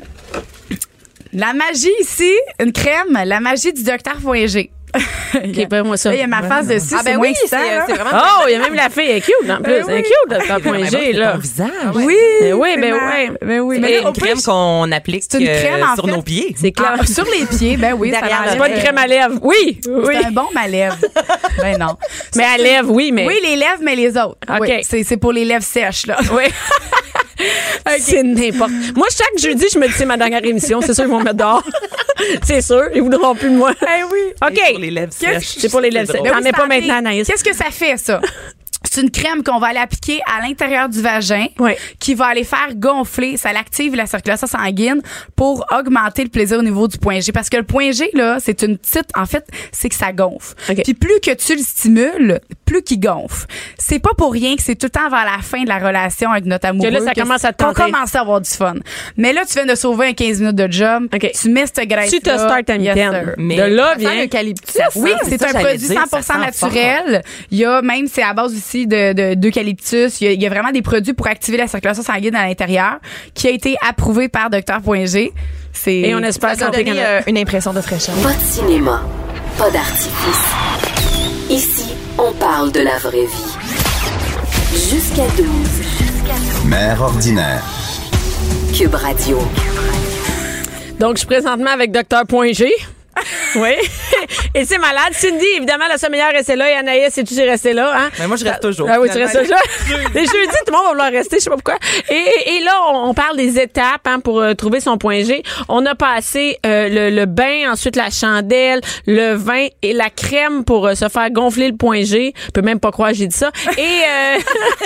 La magie ici, une crème, la magie du docteur Voyager. OK, ben moi ça. Là, il y a ma face dessus, Ah, c'est ben moins oui, c'est excitant, là. c'est vraiment. Oh, il y a même la fille, elle est cute en plus. Ben Elle est oui. cute, le temps point G, là. Ton visage. Oui, Ben oui, ben c'est oui. ma- ben oui. C'est Mais là, une on peut- crème qu'on applique C'est une crème, euh, en sur fait. nos pieds. C'est clair. Ah, sur les pieds, ben oui, ça Derrière l'enlève. C'est pas une crème à lèvres. Oui, oui. C'est un bon ma lèvre. Ben non. Mais à lèvres, oui, mais. Oui, les lèvres, mais les autres. OK. Oui, c'est, c'est pour les lèvres sèches, là. Oui. C'est n'importe. Moi, chaque jeudi, je me dis c'est ma dernière émission. C'est sûr, ils vont me mettre dehors. C'est sûr. Ils voudront plus de moi. Eh oui. OK. Pour les lèvres sèches. C'est pour les lèvres sèches. drôle. T'en oui, mets pas santé. maintenant, Anaïs. Qu'est-ce que ça fait, ça? C'est une crème qu'on va aller appliquer à l'intérieur du vagin Ouais. qui va aller faire gonfler, ça l'active la circulation sanguine pour augmenter le plaisir au niveau du point G. Parce que le point G, là, c'est une petite, en fait, c'est que ça gonfle. OK. Puis plus que tu le stimules, plus qu'il gonfle. C'est pas pour rien que c'est tout le temps vers la fin de la relation avec notre amoureux. Que là, ça commence à te qu'on tenter. commence à avoir du fun. Mais là, tu viens de sauver un quinze minutes de job. OK. Tu mets cette graisse Tu te start à yes, mi-temps. sir. Mais De là Ça sent vient. l'eucalyptus. Oui, sent- c'est ça, un j'allais produit dire, cent pour cent ça sent naturel. Il y a même, c'est à base aussi d'huile de, de, d'eucalyptus. Il y, a, il y a vraiment des produits pour activer la circulation sanguine à l'intérieur qui a été approuvé par docteur point G. C'est, Et on espère Ça santé donne Canada. euh, une impression de fraîcheur. Pas de cinéma, pas d'artifice. Ici, on parle de la vraie vie. Jusqu'à douze. Mère ordinaire. Cube Radio. Donc, je suis présentement avec docteur point G. Oui. Et c'est malade. Cindy, évidemment, la sommeillère restée là. Et Anaïs, es-tu restée là? Hein? Mais moi, je reste toujours. Ah oui, tu restes finalement. toujours. Les jeudis, tout le monde va vouloir rester, je sais pas pourquoi. Et, et, et là, on, on parle des étapes hein, pour euh, trouver son point G. On a passé euh, le, le bain, ensuite la chandelle, le vin et la crème pour euh, se faire gonfler le point G. Je peux même pas croire que j'ai dit ça. Et... Euh,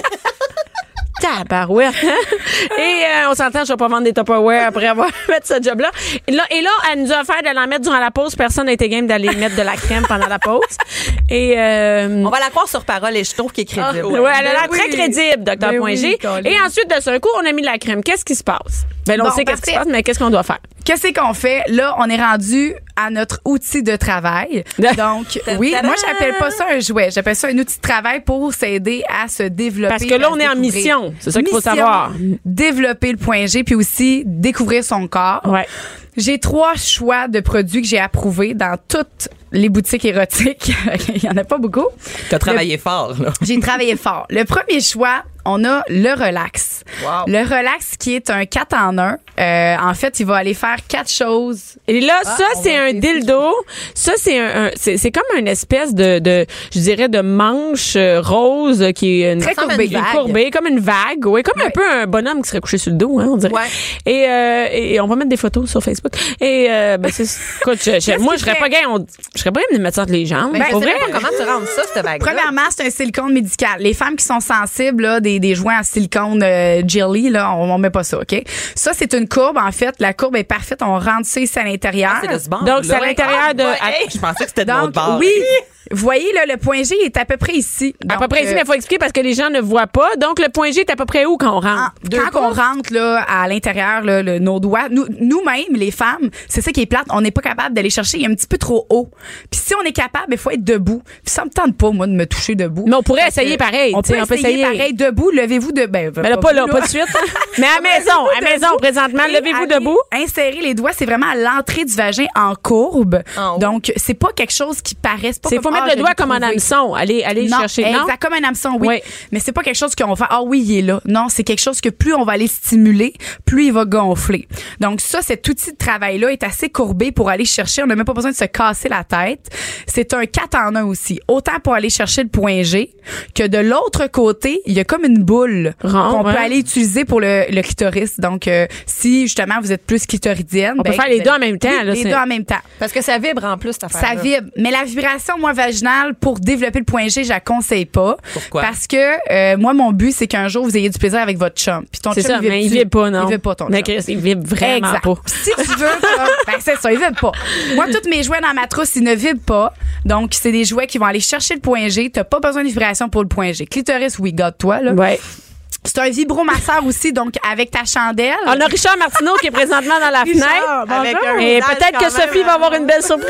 tabarouette. Et euh, on s'entend, je vais pas vendre des Tupperware après avoir fait ce job-là. Et là, et là, elle nous a offert de l'en mettre durant la pause. Personne n'a été game d'aller mettre de la crème pendant la pause. Et euh, On va la croire sur parole et je trouve qu'elle est crédible. ah, ouais, elle a l'air Ben très oui. crédible, docteur Ben Point oui, G. Colin. Et ensuite, de ce coup, on a mis de la crème. Qu'est-ce qui se passe? Ben, là, on Bon, sait qu'est-ce qui se parfait. passe, mais qu'est-ce qu'on doit faire? Qu'est-ce qu'on fait? Là, on est rendu à notre outil de travail. Donc, oui, moi, j'appelle pas ça un jouet. J'appelle ça un outil de travail pour s'aider à se développer. Parce que là, à on se est en découvrir. mission. C'est ça qu'il faut Mission, savoir. Développer le point G, puis aussi découvrir son corps. Ouais. J'ai trois choix de produits que j'ai approuvés dans toutes les boutiques érotiques. Il y en a pas beaucoup. T'as travaillé fort, là. J'ai travaillé fort. Le premier choix, on a le relax. Wow. Le relax qui est un quatre en un. Euh, en fait, il va aller faire quatre choses. Et là, ça, on c'est va un essayer. dildo. Ça, c'est un, un- c'est, c'est comme une espèce de, de, je dirais, de manche euh, rose euh, qui est une, Très comme courbée. une courbée, comme une vague. Oui, comme un Ouais. peu un bonhomme qui serait couché sur le dos, hein, on dirait. Ouais. Et, euh, et on va mettre des photos sur Facebook. Et, euh, ben, c'est, écoute, je, je- moi, je serais qu'il pas game, on- je serais pas game de mettre ça entre les jambes. Ben, pour je sais vrai. même pas comment tu rends ça, cette bague. Premièrement, c'est un silicone médical. Les femmes qui sont sensibles, là, des, des joints en silicone euh, jelly, là, on, on met pas ça, OK? Ça, c'est une courbe, en fait. La courbe est parfaite. On rentre ça ici à l'intérieur. C'est de ce bord. Donc, c'est à l'intérieur de, Ouais, à, hey, je pensais que c'était de l'autre Donc, bord. oui. Vous voyez, là, le point G est à peu près ici. à Donc, peu près ici, euh, mais il faut expliquer parce que les gens ne voient pas. Donc, le point G est à peu près où quand on rentre? Ah, quand on rentre là à l'intérieur là, le, nos doigts, nous nous-mêmes les femmes, c'est ça qui est plate, on n'est pas capable d'aller chercher, il est un petit peu trop haut. Puis si on est capable, il faut être debout. Puis ça me tente pas moi de me toucher debout. Mais on pourrait Fait que, essayer pareil, On tu sais, peut on peut essayer, essayer. pareil debout, levez-vous de ben Mais là, pas là, pas de suite. Mais à la maison, à la maison, présentement, Et levez-vous allez debout. Insérer les doigts, c'est vraiment à l'entrée du vagin en courbe. En haut. Donc c'est pas quelque chose qui paraît c'est pas C'est comme, faut mettre ah, le je doigt l'ai comme un trouvé. hameçon. Allez, allez Non, chercher. Non? exact, comme un hameçon, oui. Oui. Mais c'est pas quelque chose qu'on va faire, ah oui, il est là. Non, c'est quelque chose que plus on va aller stimuler, plus il va gonfler. Donc ça, cet outil de travail-là est assez courbé pour aller chercher. On n'a même pas besoin de se casser la tête. C'est un quatre en un aussi. Autant pour aller chercher le point G que de l'autre côté, il y a comme une boule Rond, qu'on ouais. peut aller utiliser pour le, le clitoris. Donc, euh, si justement vous êtes plus clitoridienne, On peut ben, faire les vous deux allez- en même temps, Oui, là, les c'est- deux en même temps. Parce que ça vibre en plus, cette affaire. Ça vibre. Mais la vibration, moi, vaginale, pour développer le point G, je la conseille pas. Pourquoi? Parce que, euh, moi, mon but, c'est qu'un jour, vous ayez du plaisir avec votre chum. Puis ton C'est chum, ça, mais il vibre-tu? vibre pas, non? Il vibre pas, ton Mais chum. Chris, il vibre vraiment Exact. pas. Si tu veux, comme, ben c'est ça, il vibre pas. Moi, tous mes jouets dans ma trousse, ils ne vibrent pas. Donc, c'est des jouets qui vont aller chercher le point G. T'as pas besoin de vibration pour le point G. Clitoris, oui, garde-toi, là. Ouais. C'est un vibromasseur aussi, donc avec ta chandelle. On a Richard Martineau qui est présentement dans la Richard, fenêtre. avec un Et visage peut-être que quand Sophie même, va avoir une belle surprise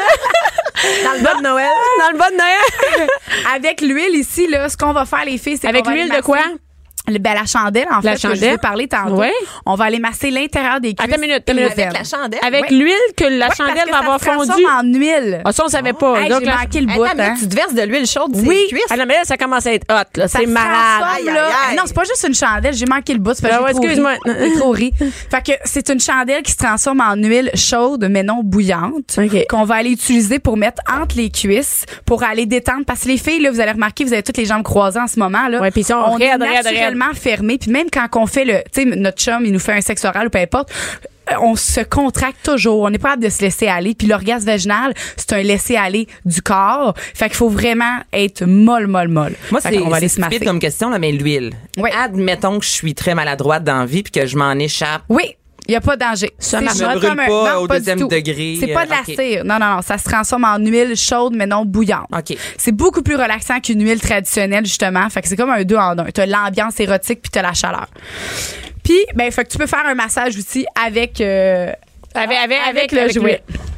Dans le bas de Noël. dans le bas de Noël. Avec l'huile ici, là, ce qu'on va faire, les filles, c'est Avec qu'on va l'huile aller de quoi? masser- Le- Ben, la chandelle, en La fait, que je chandelle? vous ai parlé tantôt. Ouais. On va aller masser l'intérieur des cuisses. Attends une minute, et une minute. les Avec la veines. chandelle. Avec Ouais. l'huile que la Ouais, parce chandelle que va ça avoir se transforme fondu. en huile. Ah, ça, on savait pas. Hey, Donc, j'ai la- manqué le bout, Attends, mais hein. tu te verses de l'huile chaude sur Oui. les cuisses. Ah non, mais là, ça commence à être hot, là. Ça C'est se malade. transforme, Aïe, là. aïe, aïe. Non, c'est pas juste une chandelle. J'ai manqué le bout. C'est parce Ah que ouais, j'ai trop excuse-moi. ri. J'ai trop ri. Fait que c'est une chandelle qui se transforme en huile chaude, mais non bouillante. OK. Qu'on va aller utiliser pour mettre entre les cuisses, pour aller détendre. Parce que les filles, là, vous allez remarquer, vous avez toutes les jambes croisées en ce moment, là. Ouais, puis ils sont on est raides, raides, raides. naturellement fermés. Puis même quand on fait le, tu sais, notre chum, il nous fait un sexe oral ou peu importe, euh, on se contracte toujours. On n'est pas capable de se laisser aller. Puis l'orgasme vaginal, c'est un laisser aller du corps. Fait qu'il faut vraiment être molle, molle, molle. Moi, Fait c'est qu'on va aller c'est se masser. stupide comme question, là, mais l'huile. Oui. Admettons que je suis très maladroite dans la vie puis que je m'en échappe. Oui. Il n'y a pas de danger. Ça C'est marche. juste Je me brûle comme un- pas non, au du deuxième tout. degré, C'est pas de la euh, ok. cire. Non, non, non. Ça se transforme en huile chaude, mais non bouillante. OK. C'est beaucoup plus relaxant qu'une huile traditionnelle, justement. Fait que c'est comme un deux en un. T'as l'ambiance érotique puis t'as la chaleur. Puis, ben, fait que tu peux faire un massage aussi avec, euh, Avec, avec, avec, avec le le jouet.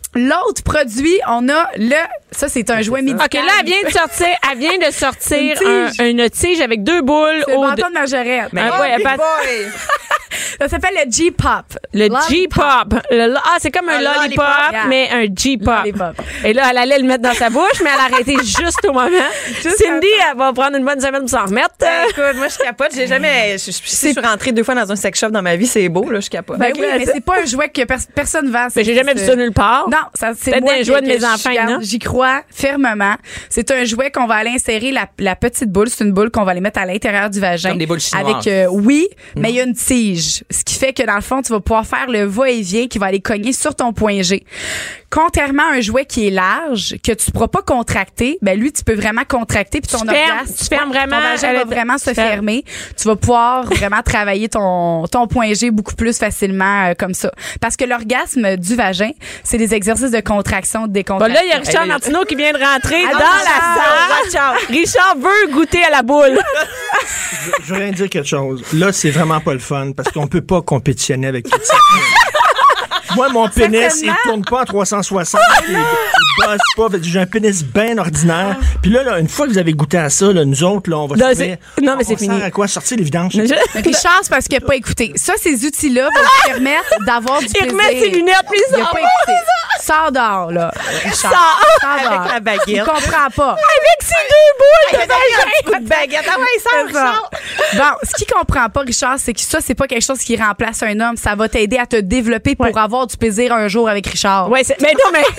L'autre produit, on a le... Ça, c'est un jouet médical. OK, là, elle vient de sortir, elle vient de sortir Une tige. un, une tige avec deux boules. C'est le au bâton de margerette. Mais Oh, ouais, big pas- boy. Ça s'appelle le G-Pop. Le Lollipop. G-pop. Le lo- ah, c'est comme un, Un lollipop, lollipop, yeah. mais un G-pop. Lollipop. Et là, elle allait le mettre dans sa bouche, mais elle a arrêté juste au moment. Cindy, elle va prendre une bonne semaine pour s'en remettre. Ben, écoute, moi, je capote. J'ai jamais. Je, je, je suis rentrée deux fois dans un sex shop dans ma vie. C'est beau, là. Je capote. Ben oui, là, mais ça- c'est pas un jouet que pers- personne vend. Mais j'ai jamais vu ça nulle part. Non, ça, c'est Peut-être moi des que- jouets de que mes je enfants, garde. non? J'y crois fermement. C'est un jouet qu'on va aller insérer la, la petite boule. C'est une boule qu'on va aller mettre à l'intérieur du vagin. Comme des boules chinoises. Avec, euh, oui, mais il y a une tige. Ce qui fait que dans le fond, tu vas pouvoir faire le va-et-vient qui va aller cogner sur ton point G. Contrairement à un jouet qui est large, que tu ne pourras pas contracter, ben lui, tu peux vraiment contracter puis ton Tu fermes- orgasme, tu fermes vraiment, ton vagin elle va est- vraiment se tu fermes. fermer. Tu vas pouvoir vraiment travailler ton, ton point G beaucoup plus facilement euh, comme ça. Parce que l'orgasme du vagin, c'est des exercices de contraction, de Bon, décontraction. là, il y a Richard Martineau qui vient de rentrer Allô, dans la Richard. salle. Richard veut goûter à la boule. Je, je voudrais dire quelque chose. Là, c'est vraiment pas le fun parce qu'on peut pas compétitionner avec tout ça. Moi, mon pénis, il Certainement. tourne pas en trois cent soixante. il, il bosse pas. Fait que j'ai un pénis bien ordinaire. Puis là, là, une fois que vous avez goûté à ça, là, nous autres, là, on va Non, se c'est- dire, non, mais on c'est sert fini. à quoi? Sortir les vidanges. Je- Richard, c'est parce qu'il n'a pas écouté. Ça, ces outils-là vont vous permettre d'avoir du Il plaisir. remet ses lunettes, puis il Il a sort. pas écouté. Sors dehors, là. Richard. Sors. Sors dehors. Avec la baguette. Il comprend pas. Avec ses deux boules de vagin. Un coup de baguette. Ah ouais, ça, C'est ça. Bon, ce qu'il comprend pas, Richard, c'est que ça, c'est pas quelque chose qui remplace un homme. Ça va t'aider à te développer pour Ouais. avoir du plaisir un jour avec Richard. Ouais, c'est- mais non, mais.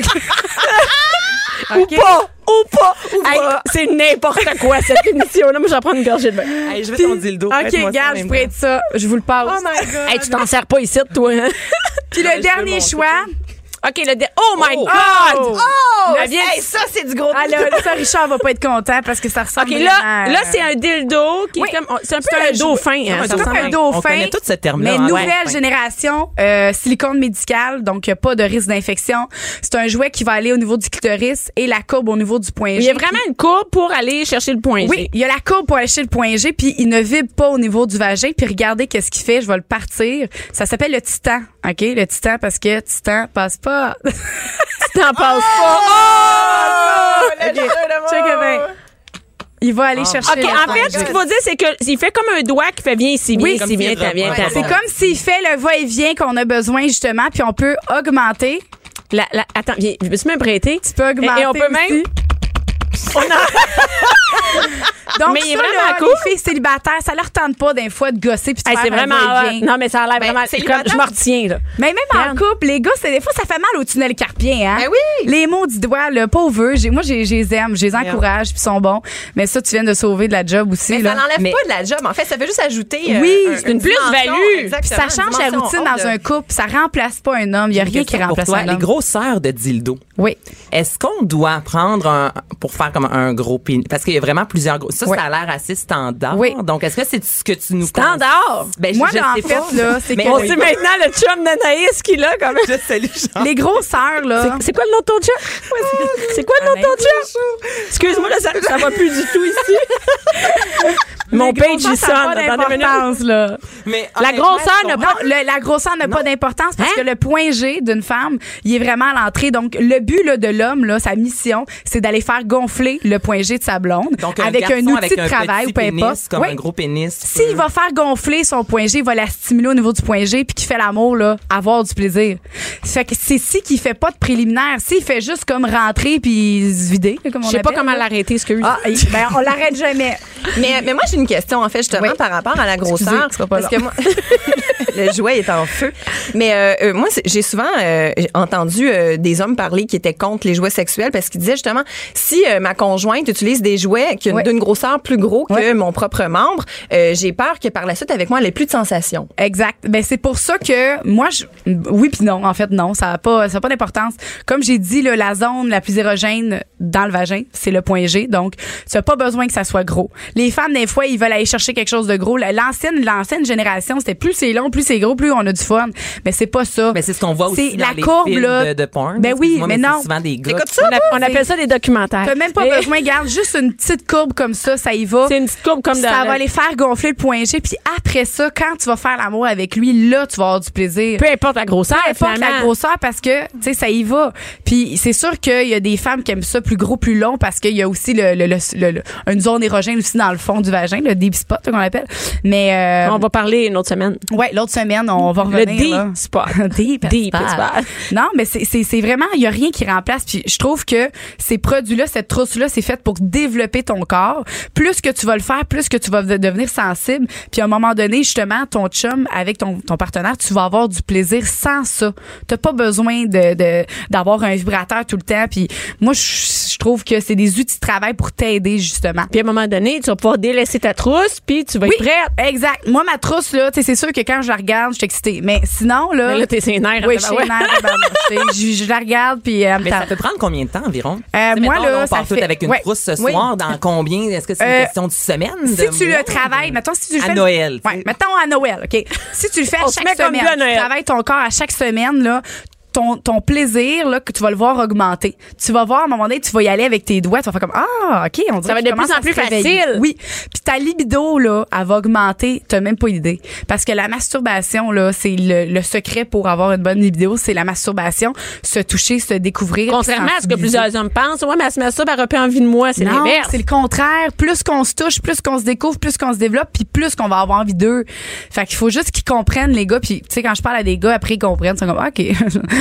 Ou Ok. pas! Ou pas! Hey, pas. c'est n'importe quoi, cette émission-là. Moi, j'en prends une gorgée de vin. Hey, je veux ton dildo. OK, Faites-moi ça en regarde, je même prête ça. Je vous le passe. Oh my God. Hey, tu t'en sers pas ici, toi, hein? Puis le dernier choix. OK, le. dé- Oh my Oh. God! Oh! Elle vient- Hey, ça, c'est du gros. Ah là, ça, Richard va pas être content parce que ça ressemble OK, là, vraiment, là euh, c'est un dildo qui Oui. est comme. C'est un peu C'est un un dauphin, hein? un ça C'est comme ressemble un à- dauphin. On connaît tout ce terme-là. Mais hein, nouvelle ouais. génération, euh, silicone médical, donc y a pas de risque d'infection. C'est un jouet qui va aller au niveau du clitoris et la courbe au niveau du point G. Il y a vraiment une courbe pour aller chercher le point G. Oui, il y a la courbe pour aller chez le point G, puis il ne vibre pas au niveau du vagin. Puis regardez qu'est-ce qu'il fait, je vais le partir. Ça s'appelle le titan, OK? Le titan, parce que titan passe pas. Tu t'en passes pas. Oh! Le OK, jeu de check mots. bien. Il va aller chercher OK, le en point fait, G. ce qu'il faut dire, c'est qu'il fait comme un doigt qui fait viens ici, viens Oui, ici, comme viens, s'il t'en, viens, répond. t'en. C'est comme s'il fait le va-et-vient qu'on a besoin, justement, puis on peut augmenter. La, la, attends, viens, je me suis même prêté. Tu peux augmenter Et, et on peut aussi. même. On a... Donc, Mais il est ça, vraiment là, cool. les filles célibataires, ça leur tente pas d'un fois de gosser puis de Hey, faire c'est un vraiment. va-et-vient. Non, mais ça a l'air vraiment. c'est C'est comme, je me retiens, là. Mais même Regarde. en couple, les gars, c'est des fois, ça fait mal au tunnel carpien, hein? Ben oui. Les maudits doigts, le pauvre, j'ai, moi, j'ai, je les aime, je les encourage, puis ils sont bons. Mais ça, tu viens de sauver de la job aussi, Mais là. ça n'enlève Mais- pas de la job. En fait, ça fait juste ajouter. euh, Oui, un- c'est une plus-value. dimension, Puis exactement, ça une change la dimension routine haute dans de- un couple. Ça remplace pas un homme. Il y a rien qui Question pour remplace toi, un les homme. grosseurs de dildo. Oui. Est-ce qu'on doit prendre un, pour faire comme un gros pénis? Parce qu'il y a vraiment plusieurs gros. Ça, Oui. ça a l'air assez standard. Oui. Donc, est-ce que c'est ce que tu nous Standard. Ben, Moi, je, je en sais fait, pas. là, c'est Mais que- On oui. sait maintenant le chum d'Anaïs qui l'a, quand même. Je salue Jean. Les grosseurs, là. C'est quoi le nom de ton chum? C'est quoi le nom de ton chum? Excuse-moi, là, ça, ça va plus du tout ici. Mon Les page, grosseurs, il ça sonne. n'a pas Attendez une minute. d'importance, là. Mais La honnêtement, grosseur je n'a comprends. Non, le- la grosseur n'a pas d'importance parce Hein? que le point G d'une femme, il est vraiment à l'entrée. Donc, le but là, de l'homme, là, sa mission, c'est d'aller faire gonfler le point G de sa blonde Donc, avec un garçon outil avec de un travail petit ou peu pénis, importe. comme Oui. un gros pénis. tu S'il peux- va faire gonfler son point G, il va la stimuler au niveau du point G puis qu'il fait l'amour, là, avoir du plaisir. Fait que c'est si qu'il fait pas de préliminaire, s'il fait juste comme rentrer puis se vider, là, comme on Je sais pas appelle, comment là. l'arrêter, excuse. Ah, il- ben, on l'arrête jamais. Mais, mais moi, j'ai une question, en fait, justement, Oui. par rapport à la Excusez, grosseur. tu seras pas parce là. que moi, le jouet est en feu. Mais euh, euh, moi, c'est- j'ai souvent euh, entendu euh, des hommes parler qui étaient contre les jouets sexuels parce qu'ils disaient justement, si euh, ma conjointe utilise des jouets qui ont Oui. d'une grosseur plus gros que Oui. mon propre membre, euh, j'ai peur que par la suite, avec moi, elle ait plus de sensations. Exact. Ben c'est pour ça que moi je oui puis non, en fait non, ça a pas ça a pas d'importance. Comme j'ai dit là, la zone la plus érogène dans le vagin, c'est le point G. Donc, tu n'as pas besoin que ça soit gros. Les femmes des fois ils veulent aller chercher quelque chose de gros. L'ancienne, l'ancienne génération, c'était plus c'est long, plus c'est gros, plus on a du fun. Mais c'est pas ça. Mais c'est ce qu'on voit aussi c'est dans la les courbe, films là. de, de porn. Ben oui, mais, mais non. C'est souvent des gars. Écoute ça, on, a, on appelle ça des documentaires. T'as même pas Et... besoin, garde juste une petite courbe comme ça, ça y va. C'est une petite courbe comme ça dans va le... les faire gonfler le point G, puis après ça, quand tu vas faire l'amour avec lui, là, tu vas avoir du plaisir. Peu importe la grosseur, Peu importe finalement. la grosseur, parce que, tu sais, ça y va. Puis c'est sûr qu'il y a des femmes qui aiment ça plus gros, plus long, parce qu'il y a aussi le, le, le, le, le, une zone érogène aussi dans le fond du vagin, le deep spot, qu'on appelle. Mais euh, on va parler une autre semaine. Ouais, l'autre semaine, on va revenir. Le deep là. spot. deep, deep spot. spot. Non, mais c'est, c'est, c'est vraiment, il y a rien qui remplace. Puis je trouve que ces produits-là, cette trousse-là, c'est fait pour développer ton corps. Plus que tu vas le faire, plus que tu vas devenir sensible. Puis à un moment donné, justement, ton chum avec ton, ton partenaire, tu vas avoir du plaisir sans ça. T'as pas besoin de, de d'avoir un vibrateur tout le temps. Puis moi, je, je trouve que c'est des outils de travail pour t'aider, justement. Puis à un moment donné, tu vas pouvoir délaisser ta trousse, puis tu vas oui, être prête. Exact. Moi, ma trousse, là, tu sais, c'est sûr que quand je la regarde, je suis excitée. Mais sinon, là. Mais là, t'es sénère. Oui, je suis sénère. je, je la regarde, puis elle me Mais tente. ça peut prendre combien de temps environ? Euh, moi, mettons, là, on ça part fait... tout avec une ouais. trousse ce oui. soir. Dans combien? Est-ce que c'est une euh, question de semaine? Si de tu mois, le travailles, mettons, si tu le à fais. Noël. Ouais, mettons à Noël, OK. Si tu le fais à On se chaque met comme semaine, lui à Noël. tu travailles ton corps à chaque semaine, là. Ton, ton plaisir, là, que tu vas le voir augmenter. Tu vas voir, à un moment donné, tu vas y aller avec tes doigts, tu vas faire comme, ah, OK, on dirait ça va être de plus en plus facile. Oui. Puis ta libido, là, elle va augmenter, t'as même pas idée. Parce que la masturbation, là, c'est le, le secret pour avoir une bonne libido, c'est la masturbation, se toucher, se découvrir. Contrairement à ce que plusieurs hommes pensent, ouais, mais elle se masturbe, elle aura pas envie de moi, c'est non, l'inverse. c'est le contraire. Plus qu'on se touche, plus qu'on se découvre, plus qu'on se développe, puis plus qu'on va avoir envie d'eux. Fait qu'il faut juste qu'ils comprennent, les gars. Puis, tu sais, quand je parle à des gars, après, ils comprennent. Ils sont comme, OK,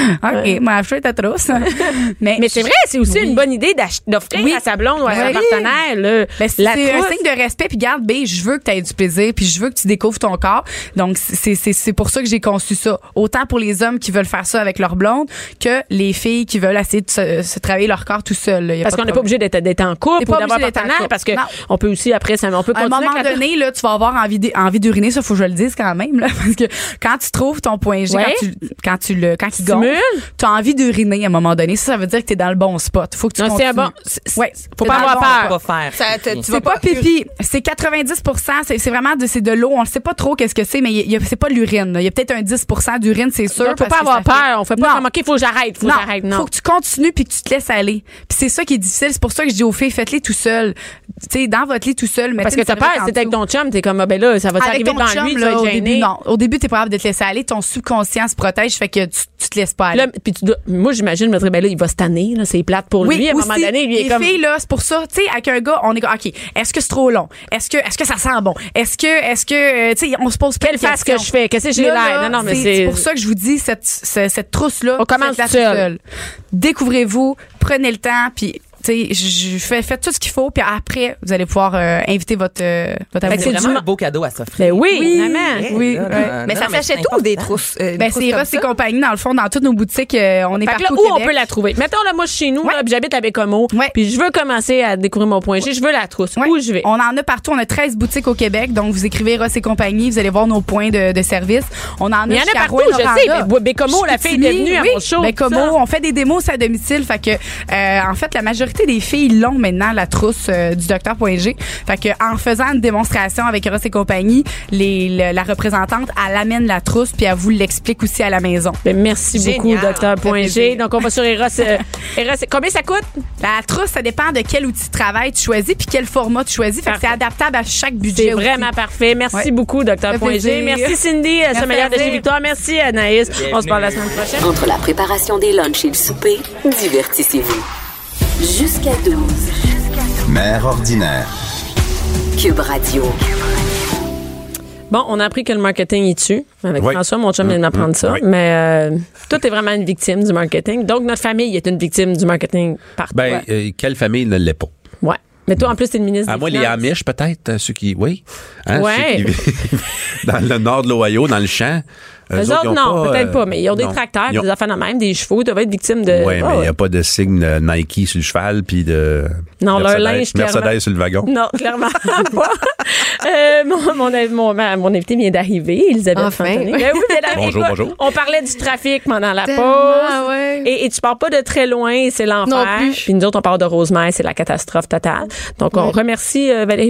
OK, moi, je fais ta trousse. mais mais c'est vrai, c'est aussi oui. une bonne idée d'offrir oui. à sa blonde ou à oui. son partenaire. Là, ben, c'est la un trousse. signe de respect. Puis, garde, B, je veux que tu aies du plaisir, puis je veux que tu découvres ton corps. Donc, c'est, c'est, c'est pour ça que j'ai conçu ça. Autant pour les hommes qui veulent faire ça avec leur blonde que les filles qui veulent essayer de se, se travailler leur corps tout seul. Là. Parce qu'on n'est pas obligé d'être, d'être en couple ou d'avoir un partenaire. Parce que non. on peut aussi, après, ça, on peut à un continuer. moment donné, là, tu vas avoir envie, de, envie d'uriner. Ça, faut que je le dise quand même. Là, parce que quand tu trouves ton point G, ouais. quand, tu, quand, tu le, quand il gonfle, tu as envie d'uriner à un moment donné. Ça, ça veut dire que tu es dans le bon spot. Faut que tu non, continues. c'est bon. C'est, ouais, faut pas avoir peur. Pas faire. Ça, tu c'est vas pas, pas pipi. C'est quatre-vingt-dix pour cent. C'est, c'est vraiment de, c'est de l'eau. On ne sait pas trop qu'est-ce que c'est, mais y a, c'est pas de l'urine. Il y a peut-être un dix pour cent d'urine, c'est sûr. Donc, faut pas avoir peur. On fait pas comme, OK, faut que j'arrête. Faut non, que j'arrête. Non. Faut que tu continues puis que tu te laisses aller. Puis c'est ça qui est difficile. C'est pour ça que je dis aux filles, faites-les tout seul. Tu sais, dans votre lit tout seul. Parce que t'as peur, c'est avec ton chum, t'es comme, ah, ben là, ça va t'arriver devant lui, tu vas être au gêné. début, non. Au début, t'es pas capable de te laisser aller. Ton subconscient se protège, fait que tu, tu te laisses pas aller. Là, puis tu dois, moi, j'imagine, je me dirais, ben là, il va se tanner, là, c'est plate pour oui, lui. À un aussi, moment donné, lui, il est les comme. filles, là, c'est pour ça, tu sais, avec un gars, on est comme, OK, est-ce que c'est trop long? Est-ce que, est-ce que ça sent bon? Est-ce que, est-ce que, euh, tu sais, on se pose pas Quelle face que je fais? Qu'est-ce que j'ai Là, l'air? là, Non, non, mais c'est, c'est. c'est pour ça que je vous dis, cette, cette, cette trousse-là. On commence faites-la seul. seule. Découvrez-vous, prenez le temps, puis tu sais, je fais, faites tout ce qu'il faut, puis après, vous allez pouvoir euh, inviter votre, euh, votre C'est amoureux. vraiment un beau cadeau à s'offrir. Ben oui, Oui, vraiment. oui, Là, ouais. là, Mais non, ça s'achète c'est où des important. trousses? euh, des Ben, trousses c'est comme Ross et ça? compagnie, dans le fond, dans toutes nos boutiques, euh, on est Fait que partout là, au où on Québec. peut la trouver? Mettons, là, moi, je suis chez nous, Ouais. là, puis j'habite à Bécomo, Ouais. puis je veux commencer à découvrir mon point G, je veux la trousse. Ouais. Où je vais? On en a partout. On a treize boutiques au Québec. Donc, vous écrivez Ross et compagnie. Vous allez voir nos points de, de service. On en a Il y en a jusqu'à partout, Rouyn-Noranda. je sais. Mais Bécomo, la fille était venue à oui, mon show. Bécomo, ça. on fait des démos à domicile. Fait que, euh, en fait, la majorité des filles l'ont maintenant, la trousse euh, du docteur Point G. Fait que, en faisant une démonstration avec Ross et compagnie, les, le- la représentante, elle amène la trousse puis elle vous l'explique aussi à la maison. Ben, merci Génial. beaucoup, docteur Point G. plaisir. Donc, on va sur Eros. euh, Eros, combien ça coûte? La trousse, ça dépend de quel outil de travail tu choisis puis quel format tu choisis. Fait que Parfait. c'est adaptable à chaque budget. C'est aussi. vraiment parfait. Merci Ouais. beaucoup, docteur Ça fait Point G. plaisir. Merci, Cindy, Merci sommelière à de vous. chez Victoire. Merci, Anaïs. On se parle la semaine prochaine. Entre la préparation des lunchs et le souper, divertissez-vous. Jusqu'à douze. Mère ordinaire. Cube Radio. Bon, on a appris que le marketing est dessus. Avec Oui. François, mon chum vient de m'apprendre ça. Oui. Mais euh, toi, t'es vraiment une victime du marketing. Donc, notre famille est une victime du marketing partout. Ben, euh, quelle famille ne l'est pas? Ouais. Mais toi, en plus, t'es le ministre À des moi, les Finances. Amish, peut-être, euh, ceux qui. Oui. Hein, Ouais. ceux qui vivent dans le nord de l'Ohio, dans le champ. Eux ils autres, ont non, pas, peut-être euh, pas, mais ils ont des non. tracteurs, Ils ont- des affaires de même, des chevaux, ils doivent être victimes de. Oui, mais Oh, il n'y a pas de signe euh, Nike sur le cheval, puis de. Non, leur Mercedes- linge, clairement. Mercedes sur le wagon. Non, clairement pas. Euh, mon, mon, mon, ma- mon invité vient d'arriver, Elisabeth Enfin. Fantoni. Ben oui, vient d'arriver. Bonjour, Écoute, bonjour. On parlait du trafic pendant la Tellement, pause. ouais. Et, et tu pars pas de très loin, c'est l'enfer. Non plus. Puis nous autres, on part de Rosemère, c'est la catastrophe totale. Donc, on Ouais. remercie euh, Valérie Plante.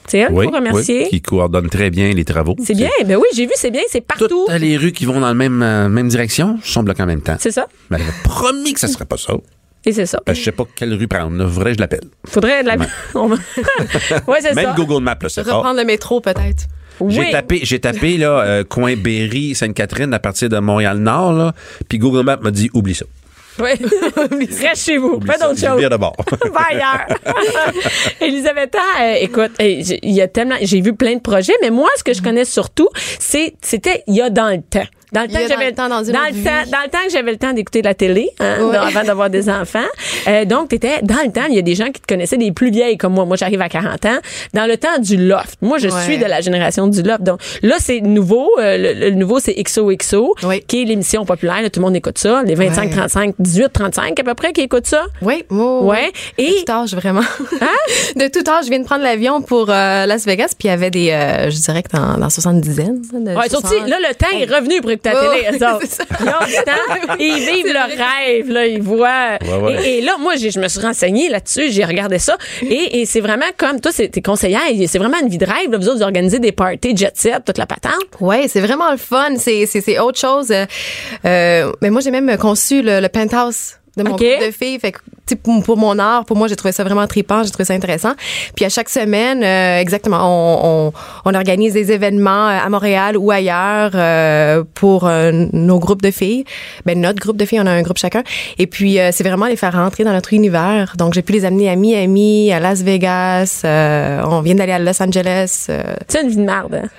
C'est elle qu'il Oui, faut remercier. oui, qui coordonne très bien les travaux. C'est bien. Ben oui, j'ai vu, c'est bien. C'est partout. Toutes les rues qui vont dans la même, euh, même direction sont bloquées en même temps. C'est ça. Mais elle avait promis que ça serait pas ça. Et c'est ça. Ben, je sais pas quelle rue prendre. Là. Faudrait que je l'appelle. Faudrait de la... Ouais. On va- ouais, c'est Même ça. Google Maps le sait pas. Reprendre le métro, peut-être. Oui. J'ai tapé, j'ai tapé là, euh, coin Berry, Sainte-Catherine à partir de Montréal-Nord, là, puis Google Maps m'a dit oublie ça. Oui. Reste chez vous. Oublie Fais ça. d'autres Je choses. vire de bord. Va ailleurs. Elisabetta, euh, écoute, euh, j'ai- il y a tellement, j'ai vu plein de projets, mais moi, ce que je connais surtout, c'est, c'était il y a dans le temps. Dans le Il temps y a que dans j'avais le temps, dans une dans autre le vie. temps, dans le temps que j'avais le temps d'écouter de la télé, hein, Ouais. avant d'avoir des enfants. Euh, donc t'étais dans le temps, il y a des gens qui te connaissaient, des plus vieilles comme moi. Moi, j'arrive à quarante ans. Dans le temps du loft. Moi, je Ouais. suis de la génération du loft. Donc là, c'est nouveau. Euh, le, le nouveau, c'est X O X O, Oui. qui est l'émission populaire. Là, tout le monde écoute ça. Les vingt-cinq, Ouais. trente-cinq, dix-huit, trente-cinq à peu près qui écoutent ça. Oui, oui, oui. Ouais. Et De tout âge, vraiment. De tout âge, je viens de prendre l'avion pour euh, Las Vegas, puis il y avait des, euh, je dirais que dans, dans soixante-dizaines. De ouais, soixante. surtout, là, le temps est revenu pour écouter la Ouais, télé. eux autres. c'est ça. Ils ont du temps, ils vivent C'est leur vrai. rêve, là, ils voient. Ouais, ouais. Et, et là, moi, j'ai- je me suis renseignée là-dessus, j'ai regardé ça. Et, et c'est vraiment comme, toi, c'est- t'es conseillère, c'est vraiment une vie de rêve. Là, vous autres, vous organisez des parties jet set, toute la patente. Ouais, c'est vraiment le fun. C'est, c'est, c'est autre chose. Euh, euh, mais moi, j'ai même conçu le, le penthouse de mon OK. groupe de filles. Fait que, tu sais, pour, pour mon art, pour moi, j'ai trouvé ça vraiment trippant. J'ai trouvé ça intéressant. Puis à chaque semaine, euh, exactement, on, on, on organise des événements euh, à Montréal ou ailleurs euh, pour euh, nos groupes de filles. Ben notre groupe de filles, on a un groupe chacun. Et puis euh, c'est vraiment les faire rentrer dans notre univers. Donc j'ai pu les amener à Miami, à Las Vegas. Euh, on vient d'aller à Los Angeles. Euh, Tu une vie de merde, hein?